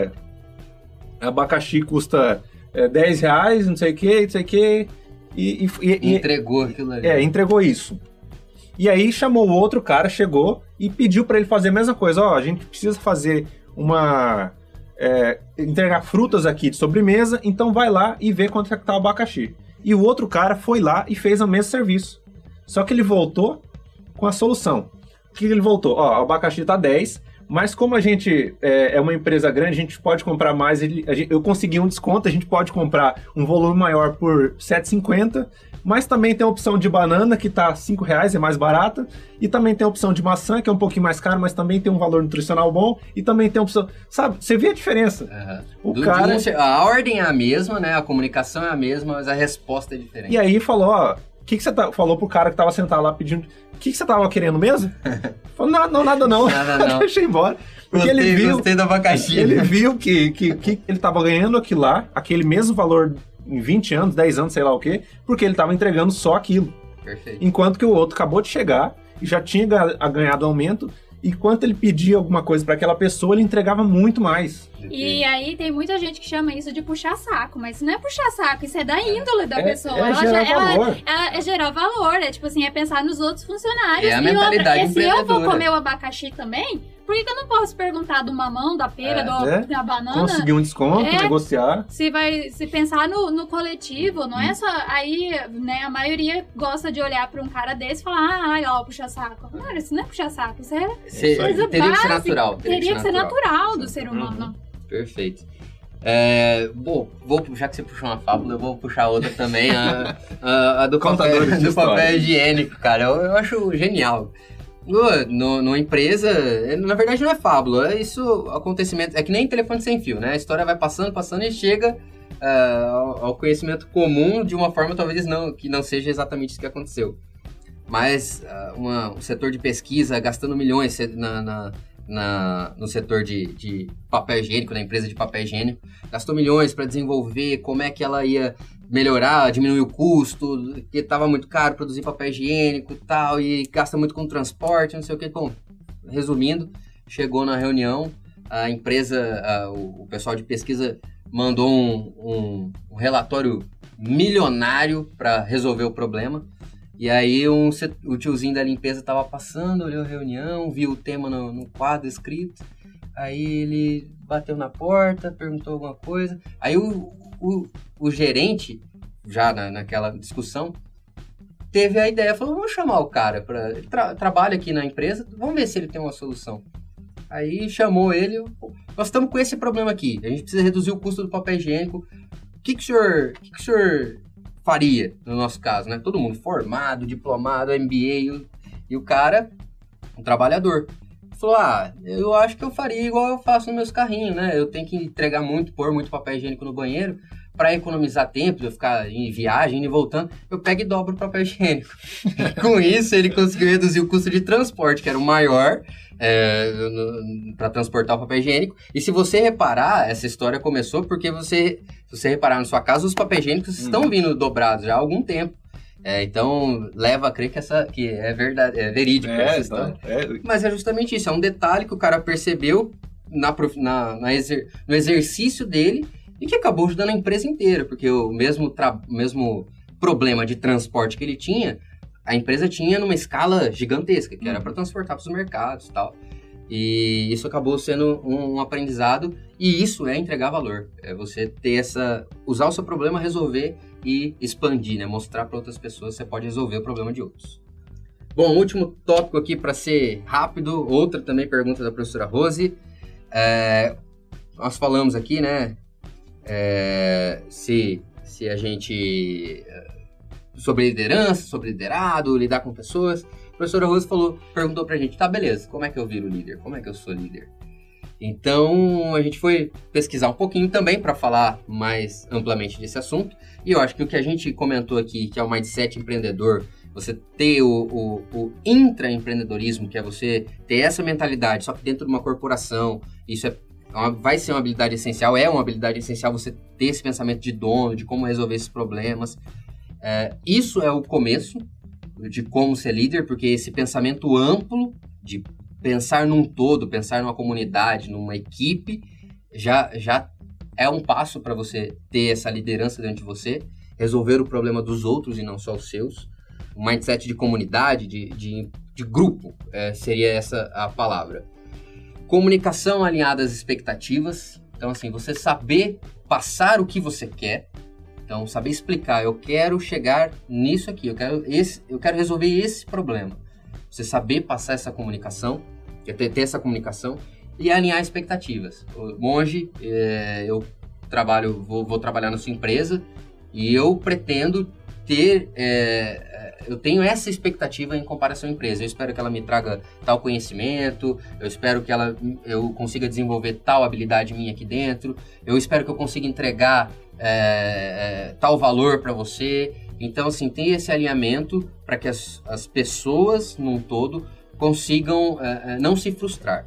abacaxi custa R$10, não sei o que, e entregou aquilo ali. Entregou isso. E aí chamou o outro cara, chegou e pediu para ele fazer a mesma coisa. A gente precisa fazer entregar frutas aqui de sobremesa, então vai lá e vê quanto é que tá o abacaxi. E o outro cara foi lá e fez o mesmo serviço. Só que ele voltou com a solução. O que ele voltou? Ó, o abacaxi tá 10, mas como a gente é uma empresa grande, a gente pode comprar mais. Eu consegui um desconto, a gente pode comprar um volume maior por R$ 7,50, mas também tem a opção de banana, que tá R$ 5,00, é mais barata, e também tem a opção de maçã, que é um pouquinho mais caro, mas também tem um valor nutricional bom, e também tem a opção... Sabe, você vê a diferença. A ordem é a mesma, né? A comunicação é a mesma, mas a resposta é diferente. E aí falou, ó, o que você falou pro cara que tava sentado lá pedindo... O que você tava querendo mesmo? Falou, nada não. Deixa eu ir embora. Porque Gostei do abacaxi. Ele viu que ele tava ganhando aquilo lá, aquele mesmo valor em 20 anos, 10 anos, sei lá o quê, porque ele tava entregando só aquilo. Perfeito. Enquanto que o outro acabou de chegar e já tinha ganhado aumento, e quando ele pedia alguma coisa para aquela pessoa, ele entregava muito mais. E aí tem muita gente que chama isso de puxar saco, mas isso não é puxar saco, isso é da índole da pessoa. É gerar valor, é tipo assim, é pensar nos outros funcionários. É a mentalidade empreendedora. Se eu vou comer o abacaxi também, por que eu não posso perguntar do mamão, da pera, da banana? Conseguir um desconto, negociar. Se pensar no coletivo, não é só... Aí, né, a maioria gosta de olhar pra um cara desse e falar, ó, puxa saco. Cara, isso não é puxar saco, isso é coisa teria básica. Que ser natural. Teria que ser natural do ser humano. Perfeito. Bom, já que você puxou uma fábula, eu vou puxar outra também, a do papel higiênico, cara. Eu acho genial. Numa empresa, na verdade não é fábula, acontecimento, é que nem telefone sem fio, né? A história vai passando e chega ao conhecimento comum de uma forma talvez que não seja exatamente isso que aconteceu. Mas um setor de pesquisa gastando milhões no setor de papel higiênico, na empresa de papel higiênico, gastou milhões para desenvolver como é que ela ia melhorar, diminuir o custo, porque estava muito caro produzir papel higiênico e tal, e gasta muito com transporte, não sei o que. Bom, resumindo, chegou na reunião, a empresa, o pessoal de pesquisa mandou um relatório milionário para resolver o problema. E aí o tiozinho da limpeza estava passando, olhou a reunião, viu o tema no quadro escrito, aí ele bateu na porta, perguntou alguma coisa, aí o gerente, já naquela discussão, teve a ideia, falou, vamos chamar o cara, ele trabalha aqui na empresa, vamos ver se ele tem uma solução. Aí chamou ele, nós estamos com esse problema aqui, a gente precisa reduzir o custo do papel higiênico, o que o senhor faria, no nosso caso, né? Todo mundo formado, diplomado, MBA, e o cara, um trabalhador, falou, eu acho que eu faria igual eu faço nos meus carrinhos, né? Eu tenho que entregar pôr muito papel higiênico no banheiro, para economizar tempo, de eu ficar em viagem e voltando, eu pego e dobro o papel higiênico. Com isso, ele conseguiu reduzir o custo de transporte, que era o maior, para transportar o papel higiênico. E se você reparar, essa história começou porque se você reparar na sua casa, os papéis higiênicos estão vindo dobrados já há algum tempo. Então, leva a crer que é verdade, é verídico essa história. Mas é justamente isso, é um detalhe que o cara percebeu no exercício dele e que acabou ajudando a empresa inteira, porque o mesmo problema de transporte que ele tinha, a empresa tinha numa escala gigantesca, que era para transportar para os mercados e tal. E isso acabou sendo um aprendizado, e isso é entregar valor. É você ter usar o seu problema, resolver e expandir, né? Mostrar para outras pessoas que você pode resolver o problema de outros. Bom, último tópico aqui para ser rápido, outra também pergunta da professora Rose. Nós falamos aqui, né? Se a gente... sobre liderança, sobre liderado, lidar com pessoas. A professora Rose perguntou pra gente, tá, beleza, como é que eu viro líder? Como é que eu sou líder? Então, a gente foi pesquisar um pouquinho também para falar mais amplamente desse assunto. E eu acho que o que a gente comentou aqui, que é o mindset empreendedor, você ter o intraempreendedorismo, que é você ter essa mentalidade, só que dentro de uma corporação, isso vai ser uma habilidade essencial, é uma habilidade essencial você ter esse pensamento de dono, de como resolver esses problemas. Isso é o começo de como ser líder, porque esse pensamento amplo de pensar num todo, pensar numa comunidade, numa equipe, já é um passo para você ter essa liderança dentro de você, resolver o problema dos outros e não só os seus. O mindset de comunidade, de grupo, seria essa a palavra. Comunicação alinhada às expectativas. Então, assim, você saber passar o que você quer. Então, saber explicar, eu quero chegar nisso aqui, eu quero resolver esse problema. Você saber passar essa comunicação, ter essa comunicação e alinhar expectativas. Hoje, eu vou trabalhar na sua empresa e eu pretendo eu tenho essa expectativa em comparação à empresa. Eu espero que ela me traga tal conhecimento, eu espero que eu consiga desenvolver tal habilidade minha aqui dentro, eu espero que eu consiga entregar tal valor para você. Então, assim, tem esse alinhamento para que as pessoas, num todo, consigam não se frustrar.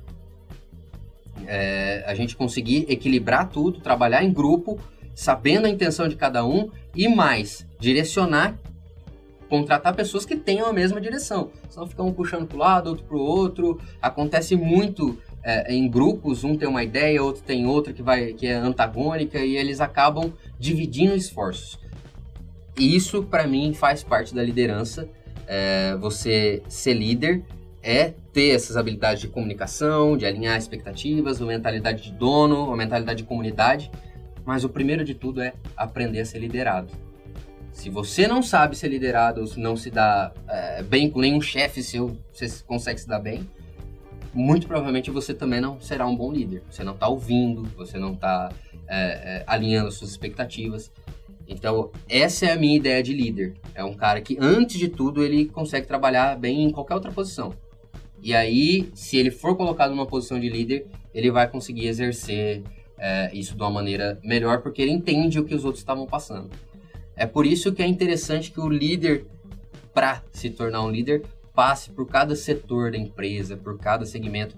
A gente conseguir equilibrar tudo, trabalhar em grupo, sabendo a intenção de cada um e mais, direcionar, contratar pessoas que tenham a mesma direção. Senão fica um puxando para o lado, outro para o outro. Acontece muito em grupos, um tem uma ideia, outro tem outra que é antagônica e eles acabam dividindo esforços. E isso, para mim, faz parte da liderança. Você ser líder ter essas habilidades de comunicação, de alinhar expectativas, uma mentalidade de dono, uma mentalidade de comunidade. Mas o primeiro de tudo é aprender a ser liderado. Se você não sabe ser liderado, ou se não se dá bem com nenhum chefe seu, você consegue se dar bem, muito provavelmente você também não será um bom líder. Você não está ouvindo, você não está alinhando as suas expectativas. Então, essa é a minha ideia de líder. É um cara que, antes de tudo, ele consegue trabalhar bem em qualquer outra posição. E aí, se ele for colocado numa posição de líder, ele vai conseguir exercer isso de uma maneira melhor, porque ele entende o que os outros estavam passando. É por isso que é interessante que o líder, para se tornar um líder, passe por cada setor da empresa, por cada segmento.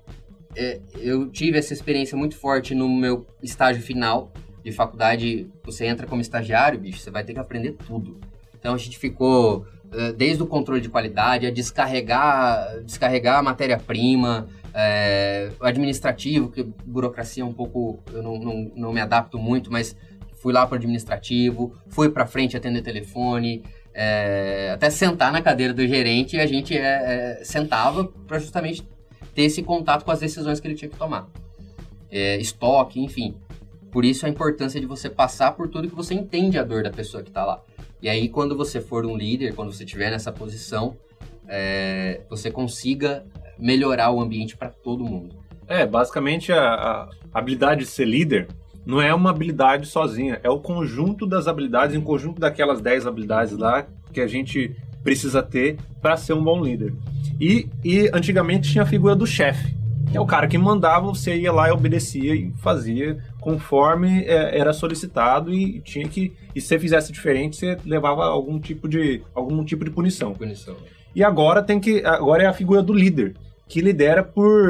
Eu tive essa experiência muito forte no meu estágio final de faculdade. Você entra como estagiário, bicho, você vai ter que aprender tudo. Então a gente ficou desde o controle de qualidade, a descarregar a matéria-prima, administrativo, que burocracia é um pouco, eu não me adapto muito, mas fui lá para o administrativo, fui para frente atender telefone, até sentar na cadeira do gerente, e a gente sentava para justamente ter esse contato com as decisões que ele tinha que tomar. Estoque, enfim. Por isso a importância de você passar por tudo que você entende a dor da pessoa que está lá. E aí, quando você for um líder, quando você estiver nessa posição, você consiga melhorar o ambiente para todo mundo. Basicamente a habilidade de ser líder não é uma habilidade sozinha, é o conjunto das habilidades, um conjunto daquelas 10 habilidades lá que a gente precisa ter para ser um bom líder. E antigamente tinha a figura do chefe, que é o cara que mandava, você ia lá e obedecia e fazia conforme era solicitado, e tinha que, e se você fizesse diferente, você levava algum tipo de punição. E agora é a figura do líder, que lidera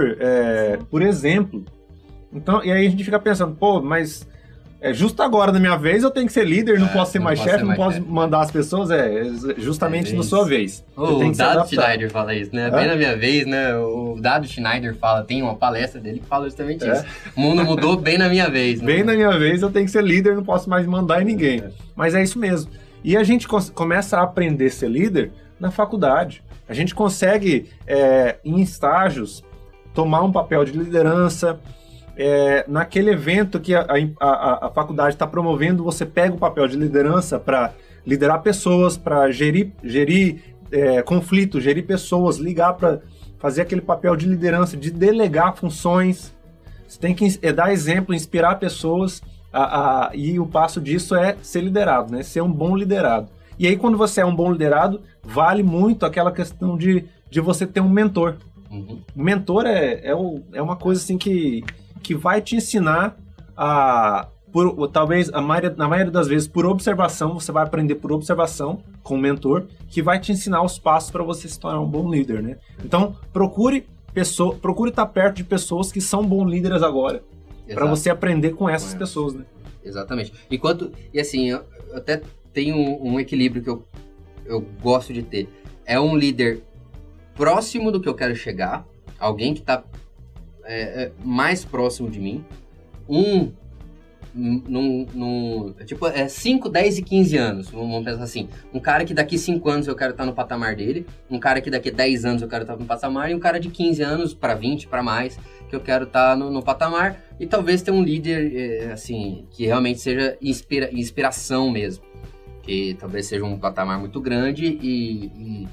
por exemplo. Então, e aí a gente fica pensando, mas justo agora na minha vez eu tenho que ser líder, não posso ser mais chefe, não posso mandar as pessoas, justamente na sua vez. O Dado Schneider fala isso, né? Bem na minha vez, né? O Dado Schneider tem uma palestra dele que fala justamente isso. O mundo mudou bem na minha vez. Né? Bem na minha vez eu tenho que ser líder, não posso mais mandar em ninguém. Mas é isso mesmo. E a gente começa a aprender a ser líder na faculdade. A gente consegue, em estágios, tomar um papel de liderança. Naquele evento que a faculdade está promovendo, você pega o papel de liderança para liderar pessoas, para gerir conflitos, gerir pessoas, ligar para fazer aquele papel de liderança, de delegar funções. Você tem que dar exemplo, inspirar pessoas, e o passo disso é ser liderado, né? Ser um bom liderado. E aí, quando você é um bom liderado, vale muito aquela questão de você ter um mentor. Uhum. O mentor é uma coisa assim que vai te ensinar talvez na maioria das vezes por observação. Você vai aprender por observação com o mentor, que vai te ensinar os passos para você se tornar um bom líder, né? Então, procure estar perto de pessoas que são bons líderes agora, para você aprender com essas pessoas, né? Exatamente. E assim, eu até tenho um equilíbrio que eu gosto de ter. É um líder próximo do que eu quero chegar, alguém que está mais próximo de mim, tipo, 5, 10 e 15 anos, vamos pensar assim. Um cara que daqui 5 anos eu quero estar no patamar dele, um cara que daqui 10 anos eu quero estar no patamar, e um cara de 15 anos para 20, para mais, que eu quero estar no patamar, e talvez ter um líder, assim, que realmente seja inspiração mesmo. Que talvez seja um patamar muito grande e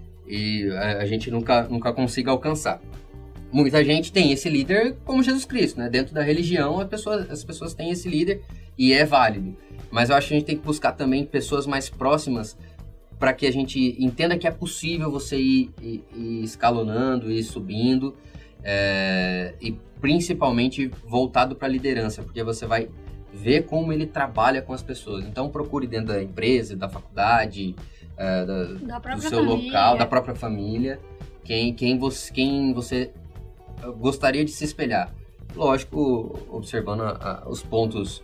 a gente nunca consiga alcançar. Muita gente tem esse líder como Jesus Cristo, né? Dentro da religião, as pessoas têm esse líder e é válido. Mas eu acho que a gente tem que buscar também pessoas mais próximas para que a gente entenda que é possível você ir escalonando, ir subindo, e principalmente voltado para a liderança, porque você vai ver como ele trabalha com as pessoas. Então procure dentro da empresa, da faculdade, do seu local, da própria família, quem você gostaria de se espelhar. Lógico, observando os pontos,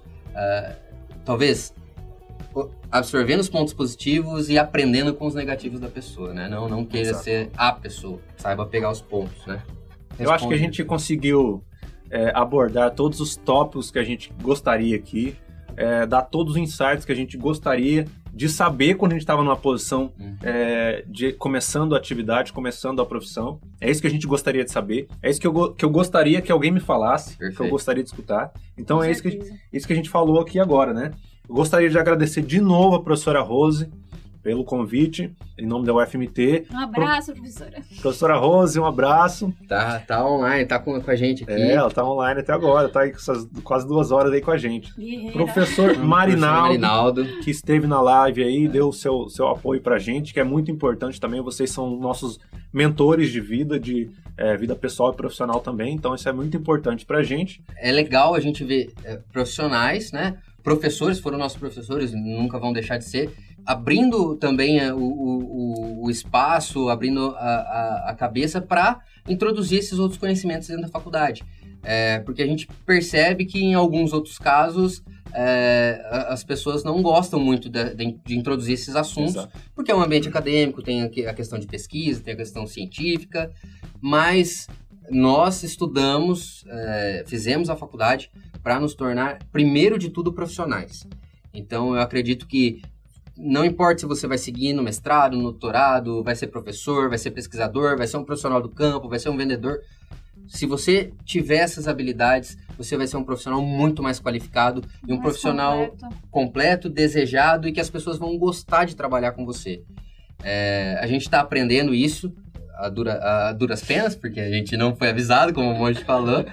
talvez absorvendo os pontos positivos e aprendendo com os negativos da pessoa, né? Não queira ser a pessoa, saiba pegar os pontos, né? Eu acho que a gente conseguiu abordar todos os tópicos que a gente gostaria aqui, dar todos os insights que a gente gostaria de saber quando a gente estava numa posição de começando a atividade, começando a profissão. É isso que a gente gostaria de saber. É isso que eu gostaria que alguém me falasse, Perfeito. que eu gostaria de escutar. Então é isso que a gente falou aqui agora, né? Eu gostaria de agradecer de novo a professora Rose pelo convite, em nome da UFMT. Um abraço, professora. Professora Rose, um abraço. Tá online, tá com a gente aqui. Ela tá online até agora, tá aí com essas quase 2 horas aí com a gente. Guerreira. Professor Marinaldo, que esteve na live aí, deu o seu apoio pra gente, que é muito importante também. Vocês são nossos mentores de vida, de vida pessoal e profissional também, então isso é muito importante pra gente. É legal a gente ver profissionais, né? Professores foram nossos professores, nunca vão deixar de ser, abrindo também o espaço, abrindo a cabeça para introduzir esses outros conhecimentos dentro da faculdade. Porque a gente percebe que em alguns outros casos as pessoas não gostam muito de introduzir esses assuntos, Exato. Porque é um ambiente acadêmico, tem a questão de pesquisa, tem a questão científica, mas nós estudamos, fizemos a faculdade para nos tornar, primeiro de tudo, profissionais. Então, eu acredito que não importa se você vai seguir no mestrado, no doutorado, vai ser professor, vai ser pesquisador, vai ser um profissional do campo, vai ser um vendedor. Se você tiver essas habilidades, você vai ser um profissional muito mais qualificado e um profissional completo, desejado e que as pessoas vão gostar de trabalhar com você. A gente está aprendendo isso a duras penas, porque a gente não foi avisado, como o Monte falou,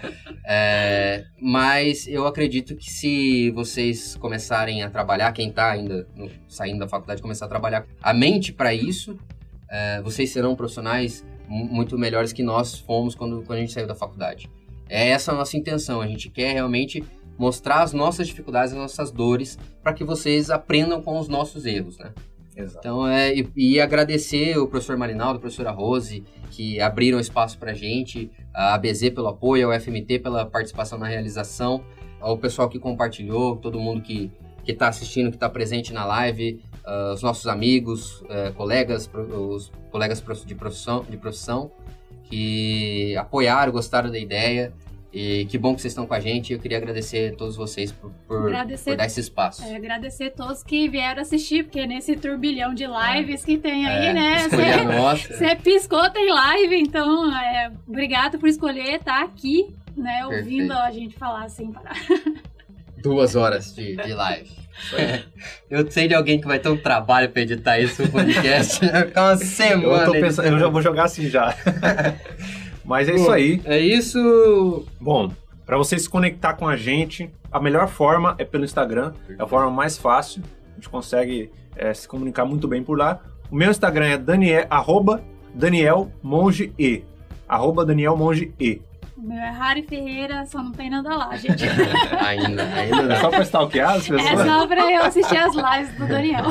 mas eu acredito que se vocês começarem a trabalhar, quem está ainda saindo da faculdade, começar a trabalhar a mente para isso, vocês serão profissionais muito melhores que nós fomos quando a gente saiu da faculdade. É essa a nossa intenção, a gente quer realmente mostrar as nossas dificuldades, as nossas dores, para que vocês aprendam com os nossos erros, né? Exato. Então, e agradecer o professor Marinaldo, a professora Rose, que abriram espaço pra gente, a ABZ pelo apoio, a UFMT pela participação na realização, ao pessoal que compartilhou, todo mundo que tá assistindo, que tá presente na live, os nossos amigos, colegas, os colegas de profissão, que apoiaram, gostaram da ideia. E que bom que vocês estão com a gente. Eu queria agradecer a todos vocês por dar esse espaço. Agradecer a todos que vieram assistir, porque nesse turbilhão de lives que tem aí, né? Você piscou, tem live, então obrigado por escolher estar aqui, né? Ouvindo a gente falar sem parar. 2 horas de live. Eu sei de alguém que vai ter um trabalho para editar isso no podcast. Vai ficar uma semana. Eu tô pensando, eu já vou jogar assim já. Mas é isso aí. É isso. Bom, para você se conectar com a gente, a melhor forma é pelo Instagram. É a forma mais fácil. A gente consegue se comunicar muito bem por lá. O meu Instagram é @DanielMonge_E. @DanielMonge_E. O meu é Rari Ferreira, só não tem nada lá, gente. ainda não. É só pra stalkear as pessoas? É só pra eu assistir as lives do Daniel.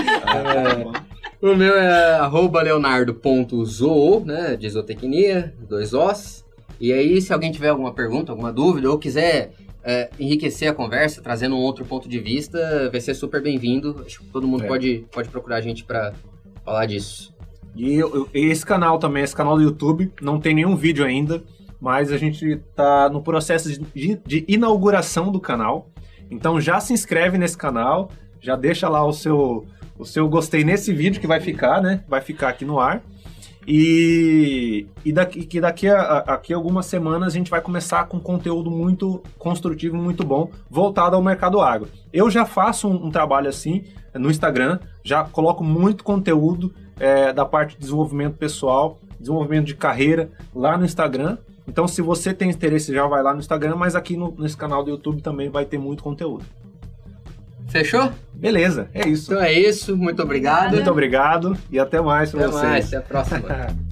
O meu é @leonardo.zoo, né, de zootecnia, 2 Os. E aí, se alguém tiver alguma pergunta, alguma dúvida, ou quiser enriquecer a conversa, trazendo um outro ponto de vista, vai ser super bem-vindo. Acho que todo mundo pode procurar a gente para falar disso. E esse canal também, esse canal do YouTube, não tem nenhum vídeo ainda, mas a gente tá no processo de inauguração do canal. Então já se inscreve nesse canal, já deixa lá o seu gostei nesse vídeo que vai ficar, né? Vai ficar aqui no ar. E daqui a algumas semanas a gente vai começar com conteúdo muito construtivo, muito bom, voltado ao mercado agro. Eu já faço um trabalho assim no Instagram, já coloco muito conteúdo da parte de desenvolvimento pessoal, desenvolvimento de carreira lá no Instagram. Então, se você tem interesse, já vai lá no Instagram, mas aqui nesse canal do YouTube também vai ter muito conteúdo. Fechou? Beleza, é isso. Então é isso, muito obrigado. Muito obrigado e até mais para vocês. Até mais, até a próxima.